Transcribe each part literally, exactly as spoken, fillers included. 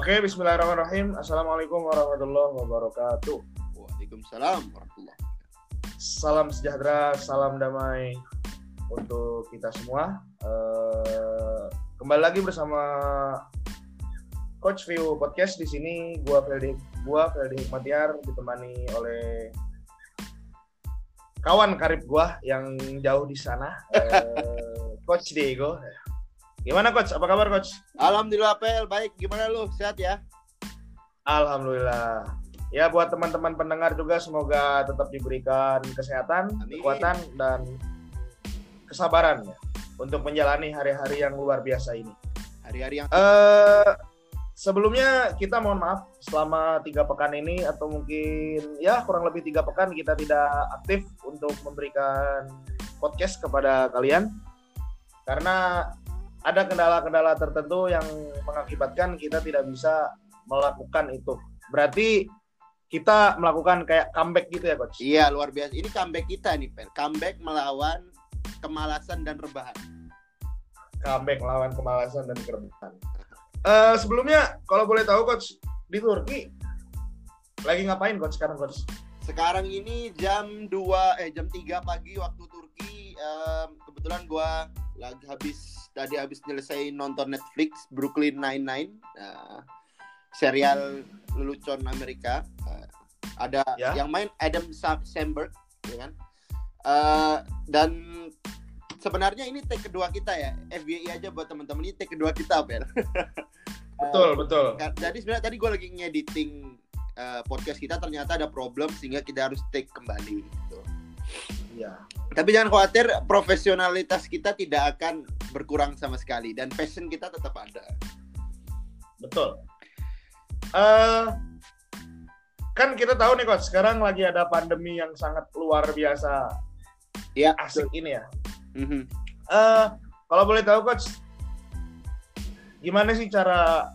Oke, bismillahirrahmanirrahim. Assalamualaikum warahmatullahi wabarakatuh. Waalaikumsalam warahmatullahi wabarakatuh. Salam sejahtera, salam damai untuk kita semua. Uh, kembali lagi bersama Coach View Podcast di sini. Gua Feldi, gua Feldi Hikmatiar ditemani oleh kawan karib gua yang jauh di sana, uh, Coach Diego. Gimana Coach? Apa kabar Coach? Alhamdulillah Pel, baik. Gimana lu? Sehat ya? Alhamdulillah. Ya buat teman-teman pendengar juga semoga tetap diberikan kesehatan, Amin. kekuatan dan kesabaran ya untuk menjalani hari-hari yang luar biasa ini. Hari-hari yang Uh, sebelumnya kita mohon maaf selama tiga pekan ini atau mungkin ya kurang lebih tiga pekan kita tidak aktif untuk memberikan podcast kepada kalian karena ada kendala-kendala tertentu yang mengakibatkan kita tidak bisa melakukan itu. Berarti kita melakukan kayak comeback gitu ya, Coach? Iya, luar biasa. Ini comeback kita nih, Pel. Comeback melawan kemalasan dan rebahan. Comeback melawan kemalasan dan kerebahan. Uh, sebelumnya, kalau boleh tahu, Coach, di Turki lagi ngapain, Coach, sekarang, Coach? Sekarang ini jam dua, eh jam tiga pagi waktu Turki. Um, kebetulan gua lagi habis tadi habis nyelesain nonton Netflix Brooklyn Nine-Nine, uh, serial lelucon Amerika. Uh, ada ya? yang main Adam Sandberg, ya kan? Uh, dan sebenarnya ini take kedua kita ya. F Y I aja buat teman-teman, ini take kedua kita, Bel. Betul, uh, betul. Jadi sebenarnya tadi gue lagi ngediting uh, podcast kita, ternyata ada problem sehingga kita harus take kembali gitu. Iya. Tapi jangan khawatir, profesionalitas kita tidak akan berkurang sama sekali dan passion kita tetap ada. Betul. Uh, kan kita tahu nih Coach, sekarang lagi ada pandemi yang sangat luar biasa. Ya, asik betul. Ini ya. Mm-hmm. Uh, kalau boleh tahu Coach, gimana sih cara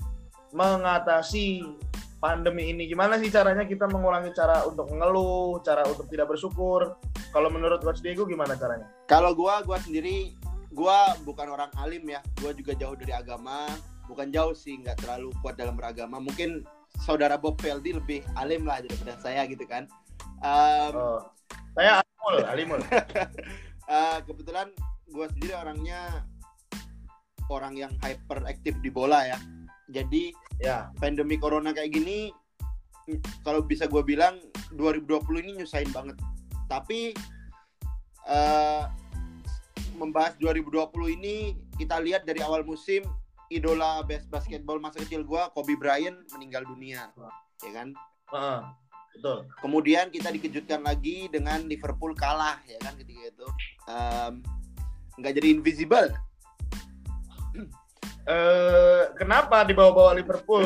mengatasi pandemi ini? Gimana sih caranya kita mengulangi cara untuk mengeluh, cara untuk tidak bersyukur? Kalau menurut Coach Diego gimana caranya? Kalau gua, gua sendiri, gua bukan orang alim ya. Gua juga jauh dari agama. Bukan jauh sih, nggak terlalu kuat dalam beragama. Mungkin saudara Bob Feldi lebih alim lah daripada saya gitu kan. Um, oh, saya alimul, alimul. uh, kebetulan gua sendiri orangnya orang yang hyperaktif di bola ya. Jadi ya, pandemi corona kayak gini, kalau bisa gue bilang dua ribu dua puluh ini nyusahin banget. Tapi uh, membahas dua ribu dua puluh ini, kita lihat dari awal musim, idola best basketball masa kecil gue, Kobe Bryant, meninggal dunia, ya kan? Uh, betul. Kemudian kita dikejutkan lagi dengan Liverpool kalah, ya kan, ketika itu um, nggak jadi invisible. Uh, kenapa dibawa-bawa Liverpool?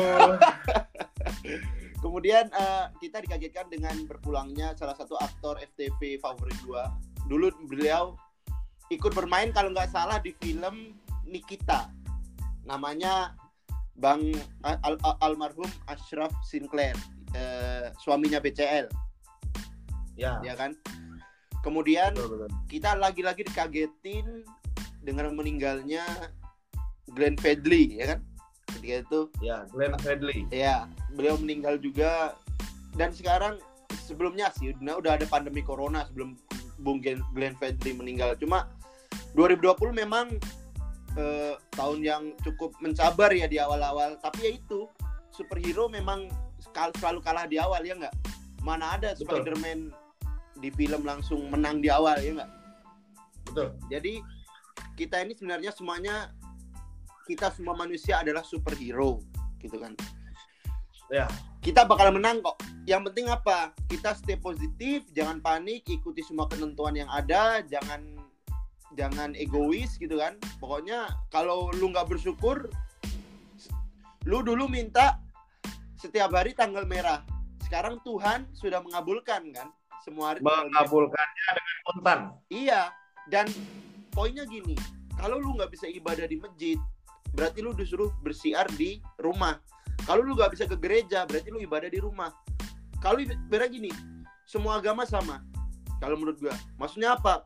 Kemudian uh, kita dikagetkan dengan berpulangnya salah satu aktor F T V favorit gua. Dulu beliau ikut bermain kalau nggak salah di film Nikita. Namanya Bang al- al- almarhum Ashraf Sinclair, uh, suaminya B C L. Ya. Ya kan? Kemudian betul, betul. Kita lagi-lagi dikagetin dengan meninggalnya Glenn Fredly, ya kan? Ketika itu ya, Glenn Fredly. ya, beliau meninggal juga. Dan sekarang sebelumnya sih udah, udah ada pandemi corona sebelum Bung Glenn Fredly meninggal. Cuma dua ribu dua puluh memang eh, tahun yang cukup mencabar ya di awal-awal. Tapi ya itu, superhero memang selalu kalah di awal, ya nggak? Mana ada Betul. Spider-Man di film langsung menang di awal, ya nggak? Betul. Jadi kita ini sebenarnya semuanya, kita semua manusia adalah superhero, gitu kan. Ya. Kita bakal menang kok. Yang penting apa? Kita stay positif, jangan panik, ikuti semua ketentuan yang ada, jangan jangan egois gitu kan. Pokoknya kalau lu nggak bersyukur, lu dulu minta setiap hari tanggal merah. Sekarang Tuhan sudah mengabulkan kan semua hari. Mengabulkannya dengan kontan. Iya. Dan poinnya gini, kalau lu nggak bisa ibadah di masjid, berarti lu disuruh bersiar di rumah. Kalau lu gak bisa ke gereja, berarti lu ibadah di rumah. Kalau ibadah gini, semua agama sama. Kalau menurut gua, maksudnya apa?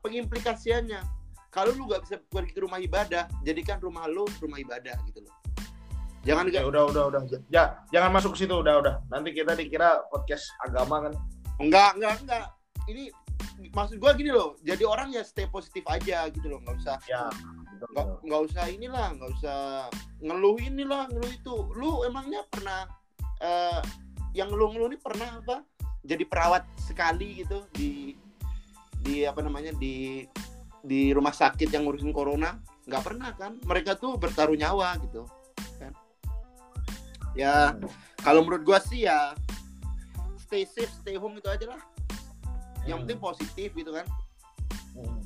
Pengimplikasiannya, kalau lu gak bisa pergi ke rumah ibadah, jadikan rumah lu rumah ibadah gitu loh. Jangan Ya gak udah udah udah. Ya, jangan masuk ke situ udah udah. Nanti kita dikira podcast agama kan. enggak enggak enggak. Ini maksud gua gini loh. Jadi orang ya stay positif aja gitu loh, nggak usah. Ya. Nggak nggak usah inilah, nggak usah ngeluh inilah, ngeluh itu. Lu emangnya pernah uh, yang ngeluh-ngeluh ini pernah apa? Jadi perawat sekali gitu di di apa namanya di di rumah sakit yang ngurusin corona? Nggak pernah kan? Mereka tuh bertaruh nyawa gitu kan. Ya hmm. Kalau menurut gua sih ya stay safe, stay home itu aja lah. Yang hmm. penting positif gitu kan. Hmm.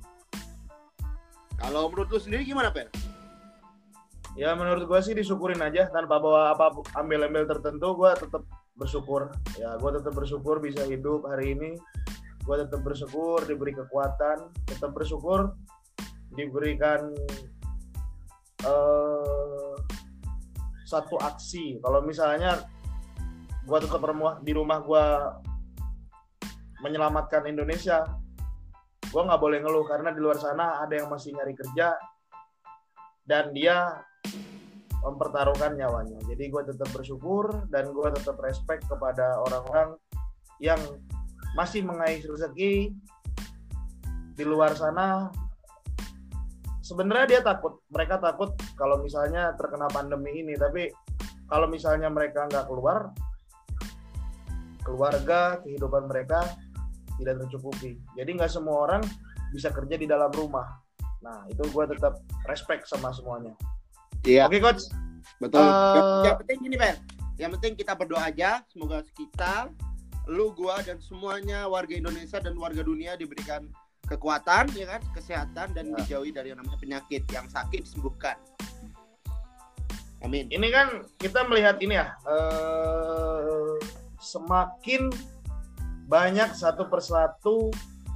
Kalau menurut lu sendiri gimana, Pel? Ya menurut gua sih disyukurin aja tanpa bawa apa ambil-ambil tertentu, gua tetap bersyukur. Ya gua tetap bersyukur bisa hidup hari ini. Gua tetap bersyukur diberi kekuatan, tetap bersyukur diberikan uh, satu aksi. Kalau misalnya gue tetap di rumah gue menyelamatkan Indonesia, gue nggak boleh ngeluh karena di luar sana ada yang masih nyari kerja dan dia mempertaruhkan nyawanya. Jadi gue tetap bersyukur dan gue tetap respect kepada orang-orang yang masih mengais rezeki di luar sana. Sebenarnya dia takut, mereka takut kalau misalnya terkena pandemi ini, tapi kalau misalnya mereka nggak keluar, keluarga, kehidupan mereka tidak tercukupi. Jadi nggak semua orang bisa kerja di dalam rumah. Nah, itu gue tetap respect sama semuanya. Iya. Oke, Coach. Betul. Uh, yang penting gini, Pak. Yang penting kita berdoa aja, semoga kita, lu, gua, dan semuanya warga Indonesia dan warga dunia diberikan kekuatan, ya kan, kesehatan dan ya. Dijauhi dari yang namanya penyakit, yang sakit disembuhkan. Amin. Ini kan kita melihat ini ya, uh, semakin banyak satu persatu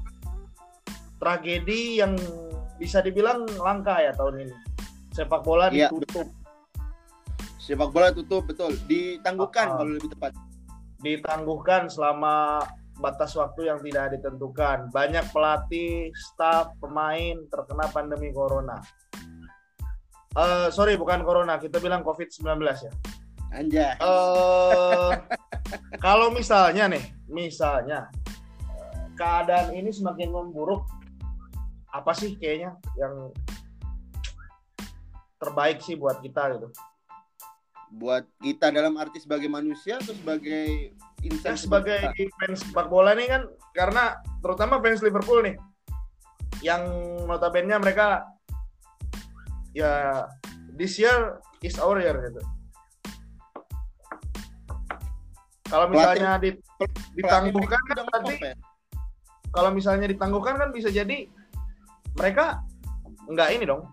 tragedi yang bisa dibilang langka ya tahun ini. Sepak bola ya, ditutup. Sepak bola tutup, betul. Ditangguhkan uh, kalau lebih tepat. Ditangguhkan selama batas waktu yang tidak ditentukan. Banyak pelatih, staf, pemain terkena pandemi corona. Uh, sorry, bukan corona, kita bilang covid sembilan belas ya. Anjay. Uh, kalau misalnya nih, misalnya keadaan ini semakin memburuk, apa sih kayaknya yang terbaik sih buat kita gitu? Buat kita dalam arti sebagai manusia atau sebagai insan? Ya, sebagai fans sepak bola nih kan, karena terutama fans Liverpool nih, yang notabene mereka ya this year is our year gitu. Kalau misalnya dit, ditangguhkan kan nanti, kalau misalnya ditangguhkan kan bisa jadi mereka nggak ini dong,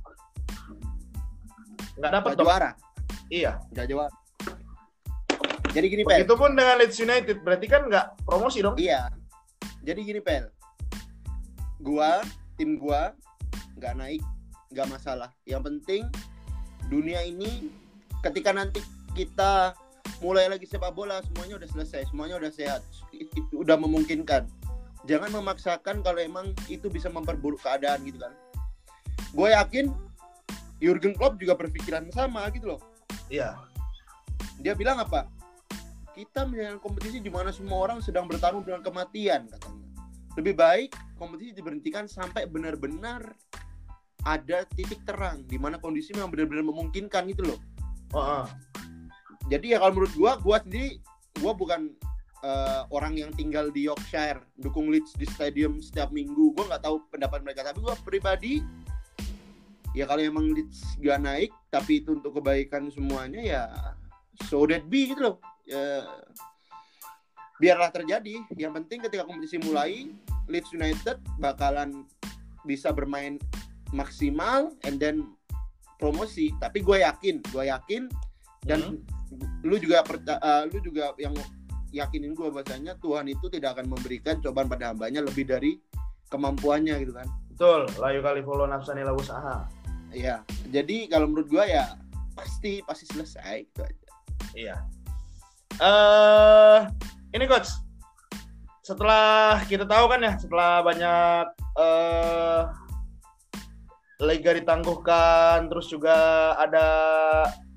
nggak dapat juara. Iya, nggak juara. Jadi gini, Pel. Begitupun dengan Leeds United, berarti kan nggak promosi dong? Iya. Jadi gini, Pel. Gua, tim gua nggak naik, nggak masalah. Yang penting dunia ini ketika nanti kita mulai lagi sepak bola, semuanya udah selesai, semuanya udah sehat, itu udah memungkinkan. Jangan memaksakan kalau emang itu bisa memperburuk keadaan gitu kan. Gue yakin Jurgen Klopp juga berpikiran sama gitu loh. Iya. Dia bilang apa? Kita menjalankan kompetisi di mana semua orang sedang bertarung dengan kematian, katanya. Lebih baik kompetisi diberhentikan sampai benar-benar ada titik terang di mana kondisi memang benar-benar memungkinkan gitu loh. Uh-huh. Jadi ya kalau menurut gua, gua sendiri, gua bukan uh, orang yang tinggal di Yorkshire, dukung Leeds di stadium setiap minggu. Gua nggak tahu pendapat mereka, tapi gua pribadi, ya kalau emang Leeds gak naik, tapi itu untuk kebaikan semuanya, ya so that be gitu loh. Ya, biarlah terjadi. Yang penting ketika kompetisi mulai, Leeds United bakalan bisa bermain maksimal and then promosi. Tapi gue yakin, gue yakin dan hmm. lu juga uh, lu juga yang yakinin gue bahasanya Tuhan itu tidak akan memberikan cobaan pada hambanya lebih dari kemampuannya gitu kan. Betul, la yukallifu nafsan illa wus'aha. Iya. Jadi kalau menurut gue ya pasti pasti selesai gitu aja. Iya. Eh, uh, ini coach, setelah kita tahu kan ya, setelah banyak uh, liga ditangguhkan, terus juga ada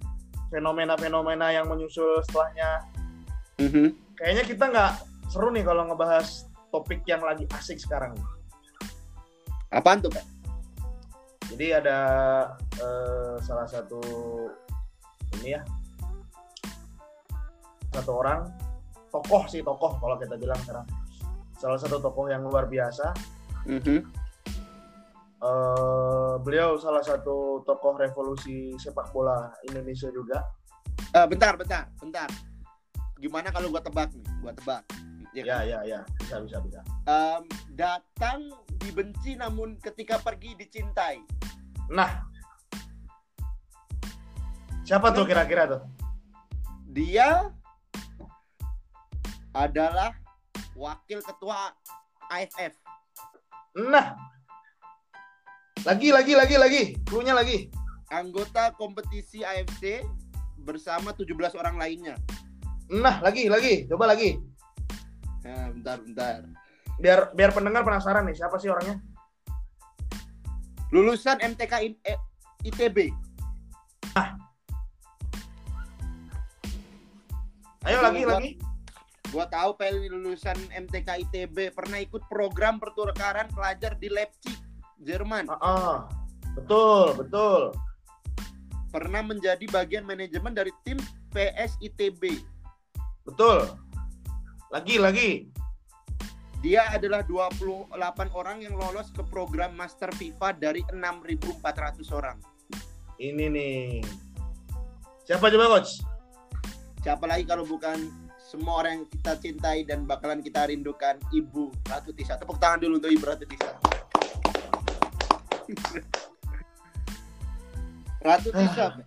fenomena-fenomena yang menyusul setelahnya. Mm-hmm. Kayaknya kita nggak seru nih kalau ngebahas topik yang lagi asik sekarang. Apaan tuh, Pak? Jadi ada uh, salah satu ini ya, satu orang tokoh sih tokoh kalau kita bilang sekarang, salah satu tokoh yang luar biasa. Mm-hmm. Uh, beliau salah satu tokoh revolusi sepak bola Indonesia juga. Uh, bentar, bentar, bentar. Gimana kalau gua tebak nih? Gua tebak. Ya, ya, ya, ya. Bisa, bisa, bisa. Um, datang dibenci namun ketika pergi dicintai. Nah, siapa tuh kira-kira tuh? Dia adalah wakil ketua A F F. Nah, lagi, lagi, lagi, lagi. Cluenya lagi. Anggota kompetisi A F C bersama tujuh belas orang lainnya. Nah, lagi, lagi. Coba lagi. Nah, bentar, bentar. Biar biar pendengar penasaran nih, siapa sih orangnya? Lulusan M T K I, eh, I T B. Ah. Ayo Aduh, lagi, gua, lagi. Gua tahu Pel ini lulusan M T K I T B, pernah ikut program pertukaran pelajar di Leipzig, Jerman. Ah, ah. Betul, betul. Pernah menjadi bagian manajemen dari tim P S I T B. Betul. Lagi, lagi. Dia adalah dua puluh delapan orang yang lolos ke program Master FIFA dari enam ribu empat ratus orang. Ini nih. Siapa coba, Coach? Siapa lagi kalau bukan semua orang yang kita cintai dan bakalan kita rindukan, Ibu Ratu Tisa. Tepuk tangan dulu untuk Ibu Ratu Tisa. Ratu Tisa.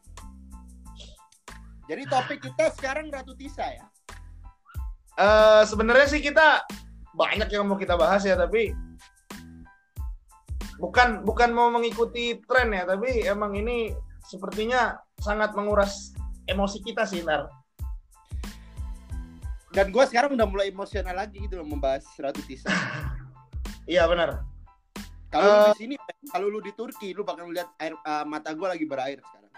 Jadi topik kita sekarang Ratu Tisa ya? Uh, sebenarnya sih kita banyak yang mau kita bahas ya, tapi bukan bukan mau mengikuti tren ya, tapi emang ini sepertinya sangat menguras emosi kita sih, Nar. Dan gue sekarang udah mulai emosional lagi gitu loh membahas Ratu Tisa. Iya benar. Kalau uh, lu di sini, kalau lu di Turki, lu bakal lihat air uh, mata gue lagi berair sekarang.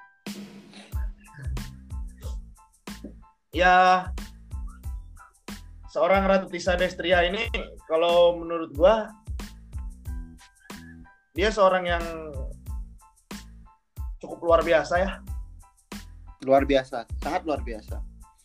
Ya, seorang Ratu Tisa Destria ini kalau menurut gua dia seorang yang cukup luar biasa ya. Luar biasa, sangat luar biasa.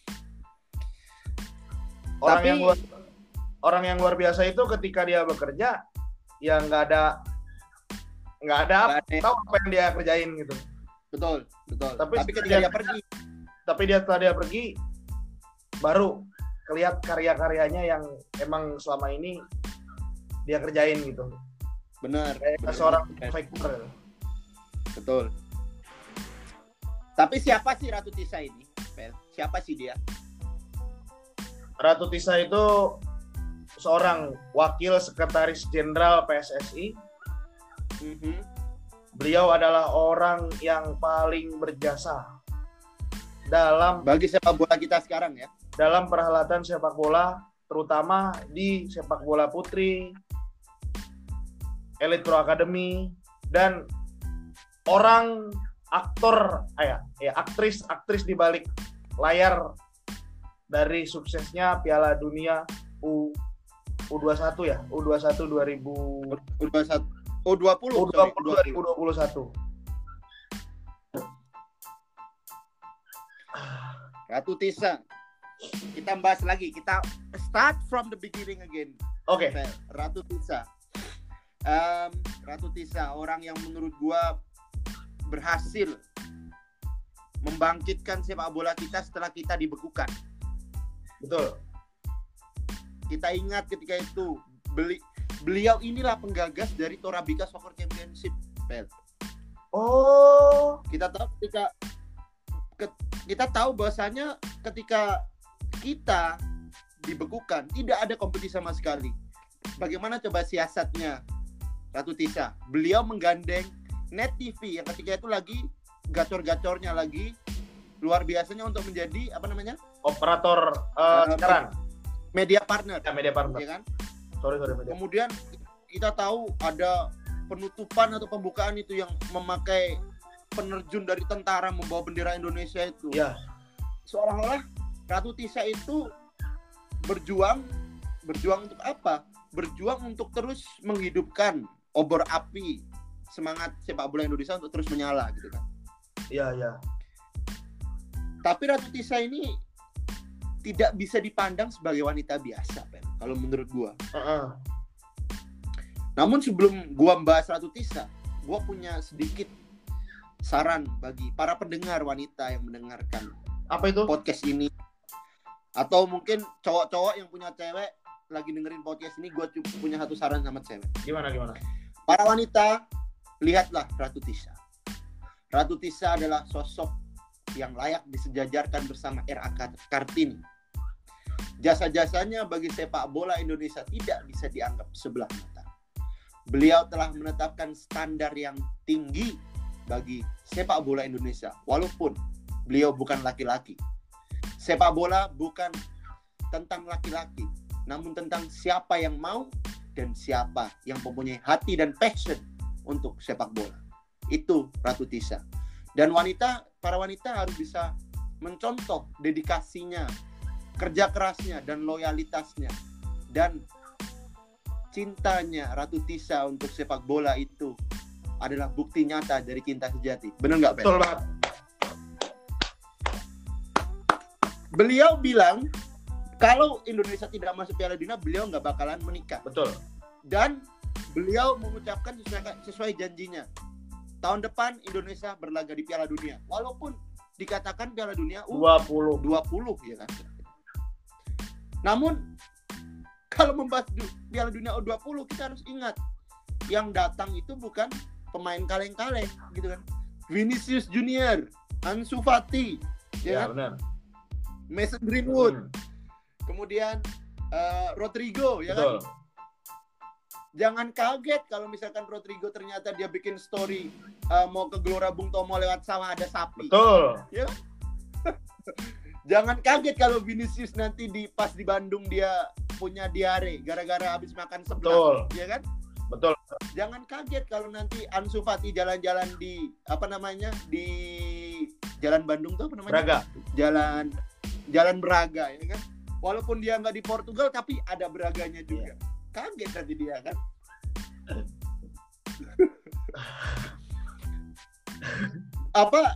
Orang Tapi, yang luar, orang yang luar biasa itu ketika dia bekerja ya nggak ada nggak ada apa, tahu apa yang dia kerjain gitu. Betul, betul. Tapi, tapi ketika dia, dia pergi, tapi dia setelah dia pergi baru kelihatan karya-karyanya yang emang selama ini dia kerjain gitu. Benar. Kayak seorang fighter. Betul. Tapi siapa sih Ratu Tisa ini? Siapa sih dia? Ratu Tisa itu seorang wakil sekretaris jenderal P S S I. Mm-hmm. Beliau adalah orang yang paling berjasa dalam bagi sepak bola kita sekarang ya. Dalam perhelatan sepak bola, terutama di sepak bola putri, Elite Pro Academy, dan orang aktor, ah ya, ya aktris aktris di balik layar dari suksesnya Piala Dunia U U dua puluh satu ya, U dua puluh satu dua ribu U dua puluh satu U dua puluh U dua puluh dua ribu dua puluh satu. Ratu Tisa. Kita bahas lagi, kita start from the beginning again. Oke. Okay. Ratu Tisa. Um, Ratu Tisa, orang yang menurut gua berhasil membangkitkan sepak bola kita setelah kita dibekukan. Betul. Kita ingat ketika itu beli, beliau inilah penggagas dari Torabika Soccer Championship, Pel. Oh, kita tahu ketika ke, kita tahu bahwasanya ketika kita dibekukan tidak ada kompetisi sama sekali. Bagaimana coba siasatnya Ratu Tisa? Beliau menggandeng Net T V yang ketika itu lagi gacor-gacornya lagi luar biasanya untuk menjadi apa namanya? Operator uh, siaran. Media partner. Ya, media partner. Ya kan? Sorry, sorry, media. Kemudian kita tahu ada penutupan atau pembukaan itu yang memakai penerjun dari tentara membawa bendera Indonesia itu. Ya. Seolah-olah Ratu Tisha itu berjuang, berjuang untuk apa? Berjuang untuk terus menghidupkan obor api semangat sepak bola Indonesia untuk terus menyala gitu kan. Iya, iya. Tapi Ratu Tisha ini tidak bisa dipandang sebagai wanita biasa, Pen, kalau menurut gua. Uh-uh. Namun sebelum gua membahas Ratu Tisha, gua punya sedikit saran bagi para pendengar wanita yang mendengarkan Apa itu? podcast ini. Atau mungkin cowok-cowok yang punya cewek lagi dengerin podcast ini, gua punya satu saran sama cewek. Gimana, gimana? Para wanita, lihatlah Ratu Tisha. Ratu Tisha adalah sosok yang layak disejajarkan bersama R A Kartini. Jasa-jasanya bagi sepak bola Indonesia tidak bisa dianggap sebelah mata. Beliau telah menetapkan standar yang tinggi bagi sepak bola Indonesia, walaupun beliau bukan laki-laki. Sepak bola bukan tentang laki-laki, namun tentang siapa yang mau dan siapa yang mempunyai hati dan passion untuk sepak bola. Itu Ratu Tisha. Dan wanita, para wanita harus bisa mencontoh dedikasinya, kerja kerasnya, dan loyalitasnya. Dan cintanya Ratu Tisha untuk sepak bola itu adalah bukti nyata dari cinta sejati. Benar nggak, Ben? Betul banget. Beliau bilang, kalau Indonesia tidak masuk Piala Dunia, beliau nggak bakalan menikah. Betul. Dan beliau mengucapkan sesuai, sesuai janjinya. Tahun depan Indonesia berlaga di Piala Dunia. Walaupun dikatakan Piala Dunia U dua puluh dua puluh ya kan. Namun kalau membahas Piala Dunia U dua puluh, kita harus ingat yang datang itu bukan pemain kaleng-kaleng gitu kan. Vinicius Junior, Ansu Fati, ya, ya kan? benar. Mason Greenwood. Hmm. Kemudian uh, Rodrigo, ya Betul. kan? Jangan kaget kalau misalkan Rodrigo ternyata dia bikin story uh, mau ke Gelora Bung Tomo lewat sawah ada sapi. Betul. Ya. Jangan kaget kalau Vinicius nanti di pas di Bandung dia punya diare gara-gara habis makan seblak. Betul. Ya kan? Betul. Jangan kaget kalau nanti Ansu Fati jalan-jalan di apa namanya? Di Jalan Bandung tuh apa namanya? Braga. Jalan Jalan Braga, ya kan? Walaupun dia nggak di Portugal tapi ada Braganya juga. Yeah. Kaget nanti dia kan. Apa?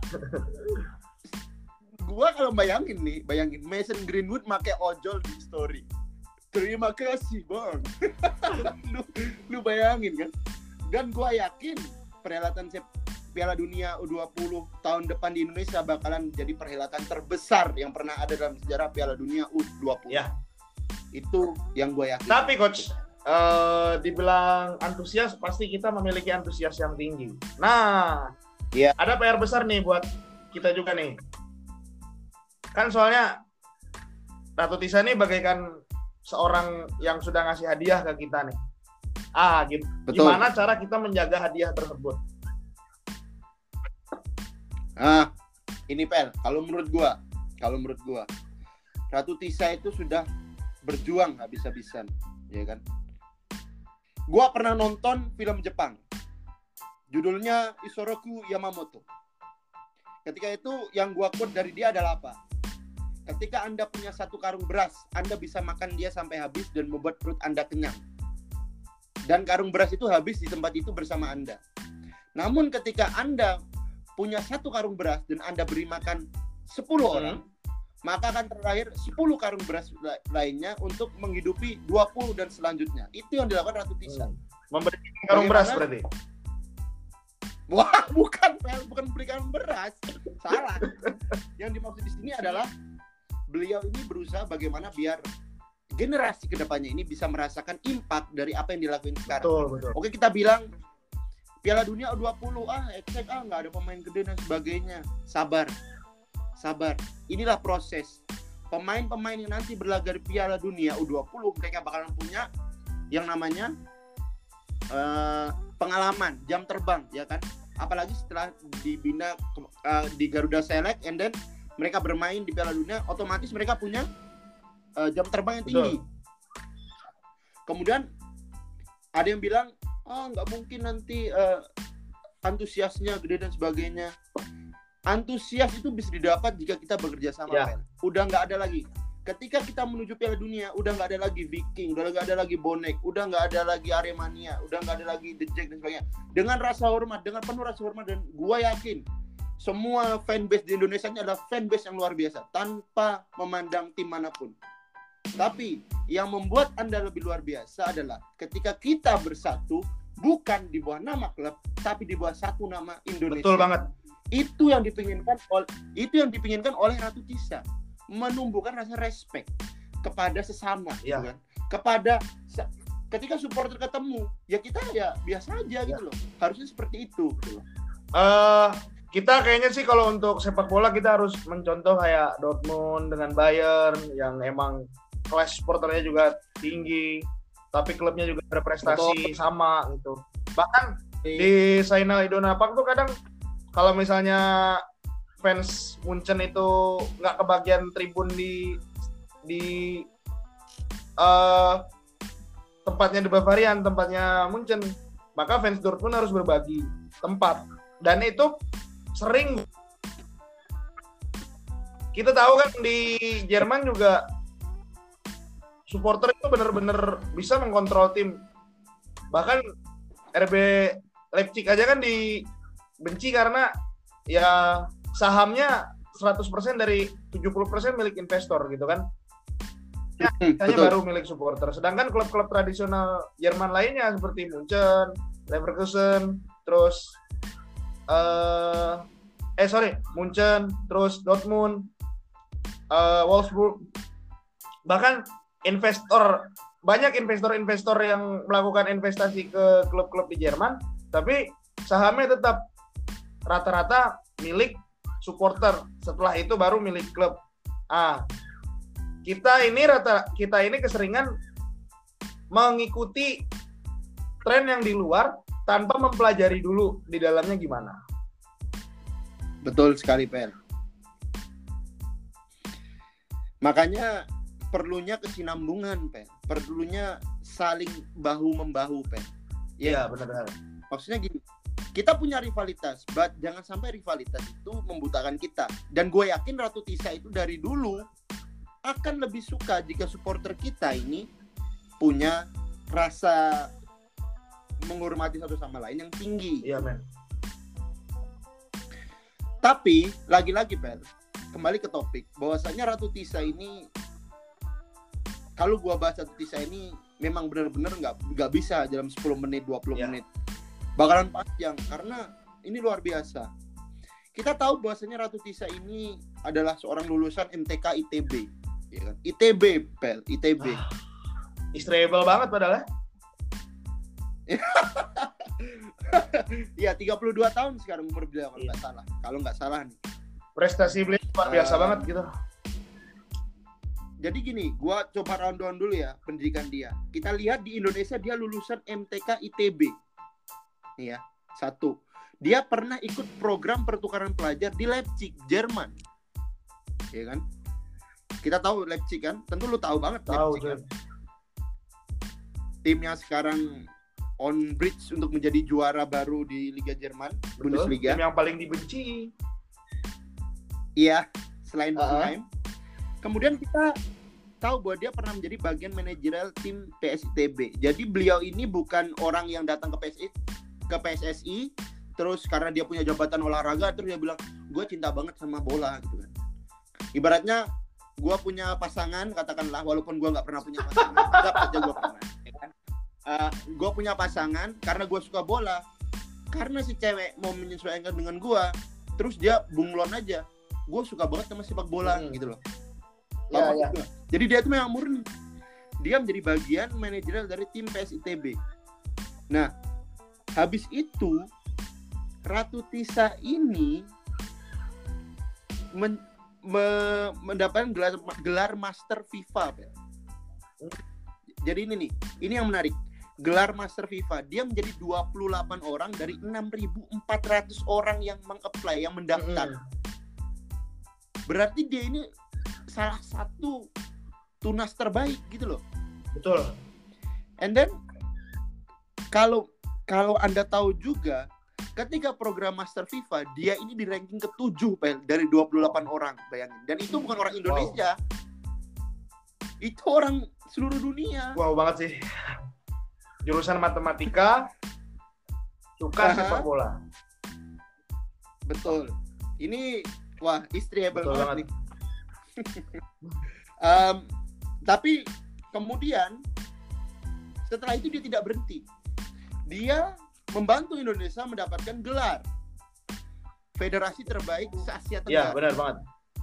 Gua kalau bayangin nih, bayangin Mason Greenwood make ojol di story. Terima kasih, Bang. lu, lu bayangin kan? Dan gua yakin perhelatan Piala Dunia U dua puluh tahun depan di Indonesia bakalan jadi perhelatan terbesar yang pernah ada dalam sejarah Piala Dunia U dua puluh. Ya. Itu yang gue yakin. Tapi coach, uh, dibilang antusias, pasti kita memiliki antusias yang tinggi. Nah, ya, ada P R besar nih buat kita juga nih. Kan soalnya Ratu Tisha ini bagaikan seorang yang sudah ngasih hadiah ke kita nih. Ah, gitu. Gimana cara kita menjaga hadiah tersebut? Ah, ini Pel, kalau menurut gue, kalau menurut gue, Ratu Tisha itu sudah berjuang habis-habisan, ya kan? Gua pernah nonton film Jepang, judulnya Isoroku Yamamoto. Ketika itu yang gua quote dari dia adalah apa? Ketika Anda punya satu karung beras, Anda bisa makan dia sampai habis dan membuat perut Anda kenyang. Dan karung beras itu habis di tempat itu bersama Anda. Namun ketika Anda punya satu karung beras dan Anda beri makan sepuluh hmm. orang, maka akan terlahir sepuluh karung beras lainnya untuk menghidupi dua puluh dan selanjutnya. Itu yang dilakukan Ratu Tisha. Hmm. Memberi karung beras berarti? Wah, bukan, bukan beri karung beras. Salah. Yang dimaksud di sini adalah beliau ini berusaha bagaimana biar generasi kedepannya ini bisa merasakan impact dari apa yang dilakukan sekarang. Betul, betul. Oke, kita bilang Piala Dunia U dua puluh, ah, eksek, ah, nggak ada pemain gede dan sebagainya. Sabar. Sabar, inilah proses. Pemain-pemain yang nanti berlaga di Piala Dunia U dua puluh, mereka bakalan punya yang namanya uh, pengalaman, jam terbang, ya kan? Apalagi setelah dibina uh, di Garuda Select, and then mereka bermain di Piala Dunia, otomatis mereka punya uh, jam terbang yang tinggi. Betul. Kemudian ada yang bilang, oh nggak mungkin nanti uh, antusiasnya gede dan sebagainya. Antusias itu bisa didapat jika kita bekerja sama, Ya. Pen. Udah nggak ada lagi. Ketika kita menuju Piala Dunia, udah nggak ada lagi Viking, udah nggak ada lagi Bonek, udah nggak ada lagi Aremania, udah nggak ada lagi The Jack dan sebagainya. Dengan rasa hormat, dengan penuh rasa hormat, dan gua yakin semua fanbase di Indonesia ini adalah fanbase yang luar biasa, tanpa memandang tim manapun. Tapi yang membuat Anda lebih luar biasa adalah ketika kita bersatu, bukan di bawah nama klub, tapi di bawah satu nama Indonesia. Betul banget. Itu yang dipinginkan oleh itu yang dipinginkan oleh Ratu Tisa, menumbuhkan rasa respect kepada sesama, Ya. gitu kan? Kepada ketika supporter ketemu, ya kita ya biasa aja gitu Ya. loh. Harusnya seperti itu, gitu loh. Uh, kita kayaknya sih kalau untuk sepak bola kita harus mencontoh kayak Dortmund dengan Bayern yang emang kelas supporternya juga tinggi, tapi klubnya juga berprestasi Betul. sama gitu. Bahkan di Zainal Iduna Park tuh kadang kalau misalnya fans Munchen itu nggak kebagian tribun di di uh, tempatnya di Bavarian, tempatnya Munchen, maka fans Dortmund harus berbagi tempat. Dan itu sering kita tahu kan di Jerman juga supporter itu benar-benar bisa mengkontrol tim. Bahkan R B Leipzig aja kan dibenci karena ya sahamnya seratus persen dari tujuh puluh persen milik investor gitu kan. Ya, Hmm, hanya betul. baru milik supporter. Sedangkan klub-klub tradisional Jerman lainnya seperti Munchen, Leverkusen, terus uh, eh sorry, Munchen, terus Dortmund, uh, Wolfsburg, bahkan investor, banyak investor-investor yang melakukan investasi ke klub-klub di Jerman, tapi sahamnya tetap rata-rata milik supporter. Setelah itu baru milik klub. Ah, kita ini rata kita ini keseringan mengikuti tren yang di luar tanpa mempelajari dulu di dalamnya gimana. Betul sekali, Pen. Makanya perlunya kesinambungan, Pen. Perlunya saling bahu-membahu, Pen. Iya, benar-benar. Maksudnya gini, kita punya rivalitas, but jangan sampai rivalitas itu membutakan kita. Dan gue yakin Ratu Tisa itu dari dulu akan lebih suka jika supporter kita ini punya rasa menghormati satu sama lain yang tinggi. Iya, men. Tapi lagi-lagi, Pel, kembali ke topik, bahwasanya Ratu Tisa ini, kalau gua bahas Ratu Tisa ini memang benar-benar nggak nggak bisa dalam sepuluh menit, dua puluh Ya. menit, bakalan panjang karena ini luar biasa. Kita tahu bahwasanya Ratu Tisa ini adalah seorang lulusan M T K I T B, ya kan? I T B, Pel, I T B. Ah, Istrable banget padahal. Ya, tiga puluh dua tahun sekarang umur beliau kalau nggak salah. Kalau nggak salah nih. Prestasi beliau luar biasa Uh, banget gitu. Jadi gini, gua coba rundown dulu ya pendidikan dia. Kita lihat di Indonesia dia lulusan M T K I T B. Nih ya, satu. Dia pernah ikut program pertukaran pelajar di Leipzig, Jerman. Ya kan? Kita tahu Leipzig kan? Tentu lu tahu banget Tahu, Leipzig kan? Jon. Timnya sekarang on bridge untuk menjadi juara baru di Liga Jerman, Betul. Bundesliga. Tim yang paling dibenci. Iya, selain Uh-uh. Hoffenheim. Kemudian kita tahu bahwa dia pernah menjadi bagian manajerial tim P S I T B. Jadi beliau ini bukan orang yang datang ke P S I ke P S S I terus karena dia punya jabatan olahraga terus dia bilang, gue cinta banget sama bola gitu kan. Ibaratnya gue punya pasangan, katakanlah, walaupun gue nggak pernah punya pasangan, anggap aja gue pernah. Ya kan? Uh, gue punya pasangan karena gue suka bola. Karena si cewek mau menyesuaikan dengan gue, terus dia bunglon aja. Gue suka banget sama sepak bola Hmm. gitu loh. Ya, Tahu ya. maksud gua? Jadi dia itu memang murni. Dia menjadi bagian manajerial dari tim P S I T B. Nah, habis itu Ratu Tisa ini men, me, mendapatkan gelar, gelar Master FIFA. Pel. Jadi ini nih, ini yang menarik. Gelar Master FIFA, dia menjadi dua puluh delapan orang dari enam ribu empat ratus orang yang meng-apply, yang mendaftar. Mm-mm. Berarti dia ini salah satu tunas terbaik gitu loh. Betul. And then kalau kalau Anda tahu juga ketika program Master FIFA, dia ini di ranking ketujuh, Pel, dari dua puluh delapan orang, bayangin. Dan itu bukan orang Indonesia. Wow. Itu orang seluruh dunia. Wow banget sih. Jurusan matematika, suka sepak bola. Betul. Ini, wah, istri hebat banget, banget nih. um, tapi kemudian, setelah itu dia tidak berhenti. Dia membantu Indonesia mendapatkan gelar federasi terbaik se-Asia Tenggara. Iya, benar banget.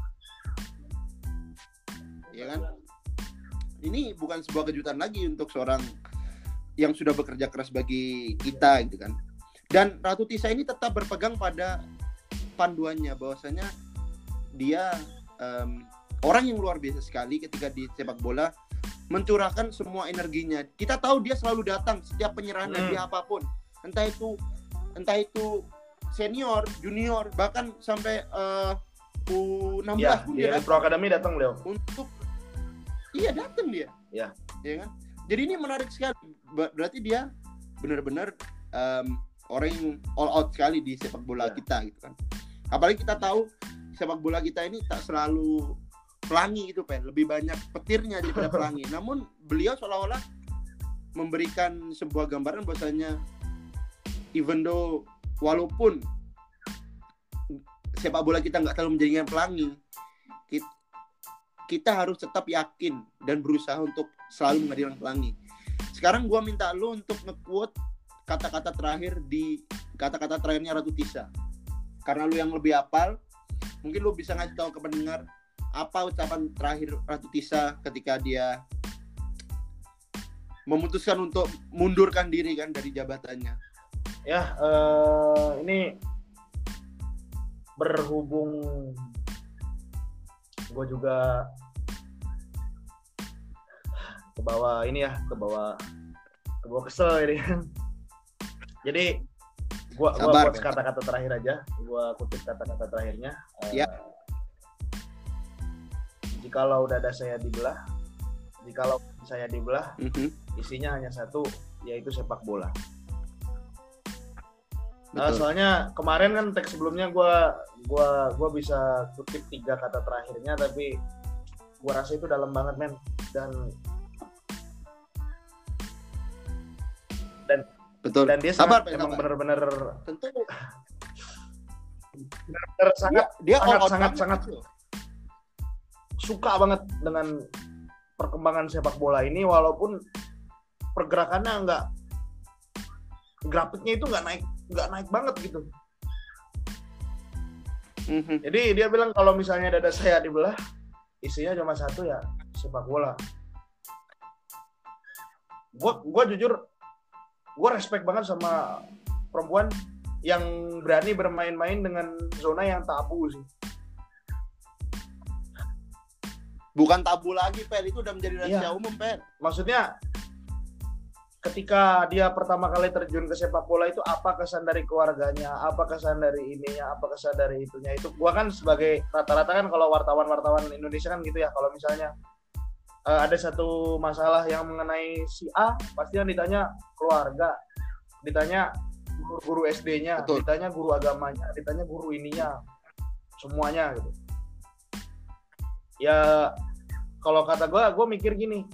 Ya kan? Ini bukan sebuah kejutan lagi untuk seorang yang sudah bekerja keras bagi kita gitu kan. Dan Ratu Tisa ini tetap berpegang pada panduannya bahwasanya dia um, orang yang luar biasa sekali ketika di sepak bola, mencurahkan semua energinya. Kita tahu dia selalu datang setiap penyerahan hmm. hadiah apapun. Entah itu entah itu senior, junior, bahkan sampai uh, U enam belas ya, pun dia, dia di Pro Academy datang beliau. Untuk iya datang dia. Ya. Ya kan? Jadi ini menarik sekali. Berarti dia benar-benar um, orang yang all out sekali di sepak bola ya. Kita gitu kan. Apalagi kita tahu sepak bola kita ini tak selalu pelangi gitu, Pen. Lebih banyak petirnya daripada pelangi. Namun beliau seolah-olah memberikan sebuah gambaran bahwasanya even though walaupun sepak bola kita nggak terlalu menjadikan pelangi, kita, kita harus tetap yakin dan berusaha untuk selalu menghadirkan pelangi. Sekarang gua minta lu untuk nge-quote kata-kata terakhir di kata-kata terakhirnya Ratu Tisa. Karena lu yang lebih hafal, mungkin lu bisa ngasih tahu ke pendengar apa ucapan terakhir Ratu Tisa ketika dia memutuskan untuk mundurkan diri kan dari jabatannya. Ya, uh, ini berhubung gue juga ke bawah ini ya, ke bawah ke bawah kesel ini. Jadi gue gue buat ya. Kata-kata terakhir aja, gue kutip kata-kata terakhirnya. Uh, ya. Jikalau dada saya dibelah, jikalau saya dibelah, mm-hmm. isinya hanya satu, yaitu sepak bola. Nah, soalnya kemarin kan teks sebelumnya gue gua gua bisa kutip tiga kata terakhirnya, tapi gue rasa itu dalam banget, men. Dan dan betul. Dan dia sabar, sangat, emang benar-benar tentu benar-benar sangat dia, dia sangat sangat, sangat itu. Suka banget dengan perkembangan sepak bola ini, walaupun pergerakannya nggak grafiknya itu nggak naik nggak naik banget gitu. Mm-hmm. Jadi dia bilang kalau misalnya dada saya dibelah, isinya cuma satu, ya sepak bola. Gue gue jujur gue respect banget sama perempuan yang berani bermain-main dengan zona yang tabu sih. Bukan tabu lagi, Per. Itu udah menjadi rahasia iya. umum, Per. Maksudnya ketika dia pertama kali terjun ke sepak bola itu, apa kesan dari keluarganya, apa kesan dari ininya, apa kesan dari itunya. Itu gua kan sebagai rata-rata kan kalau wartawan-wartawan Indonesia kan gitu ya, kalau misalnya uh, ada satu masalah yang mengenai si A, pasti yang ditanya keluarga, ditanya guru-guru S D-nya, betul. Ditanya guru agamanya, ditanya guru ininya, semuanya gitu. Ya kalau kata gua, gua mikir gini,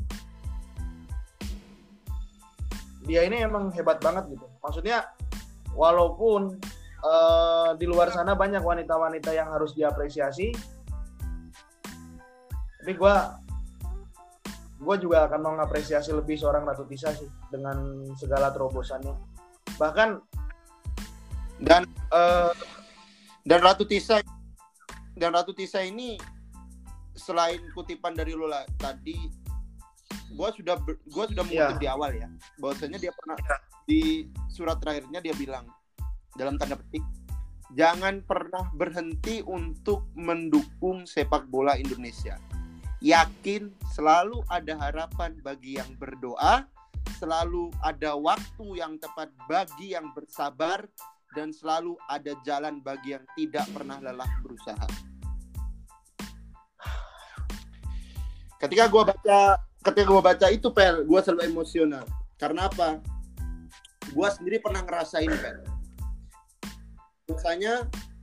dia ini emang hebat banget gitu. Maksudnya walaupun uh, di luar sana banyak wanita-wanita yang harus diapresiasi, tapi gue gue juga akan mengapresiasi lebih seorang Ratu Tisa sih dengan segala terobosannya. Bahkan dan uh, dan Ratu Tisa dan Ratu Tisa ini selain kutipan dari Lola tadi, gue sudah gue sudah mengutip yeah. di awal ya, bahwasanya dia pernah yeah. di surat terakhirnya dia bilang dalam tanda petik, jangan pernah berhenti untuk mendukung sepak bola Indonesia. Yakin selalu ada harapan bagi yang berdoa, selalu ada waktu yang tepat bagi yang bersabar, dan selalu ada jalan bagi yang tidak pernah lelah berusaha. Ketika gue baca Ketika gue baca itu, Pel, gue selalu emosional. Karena apa? Gue sendiri pernah ngerasain, Pel. Misalnya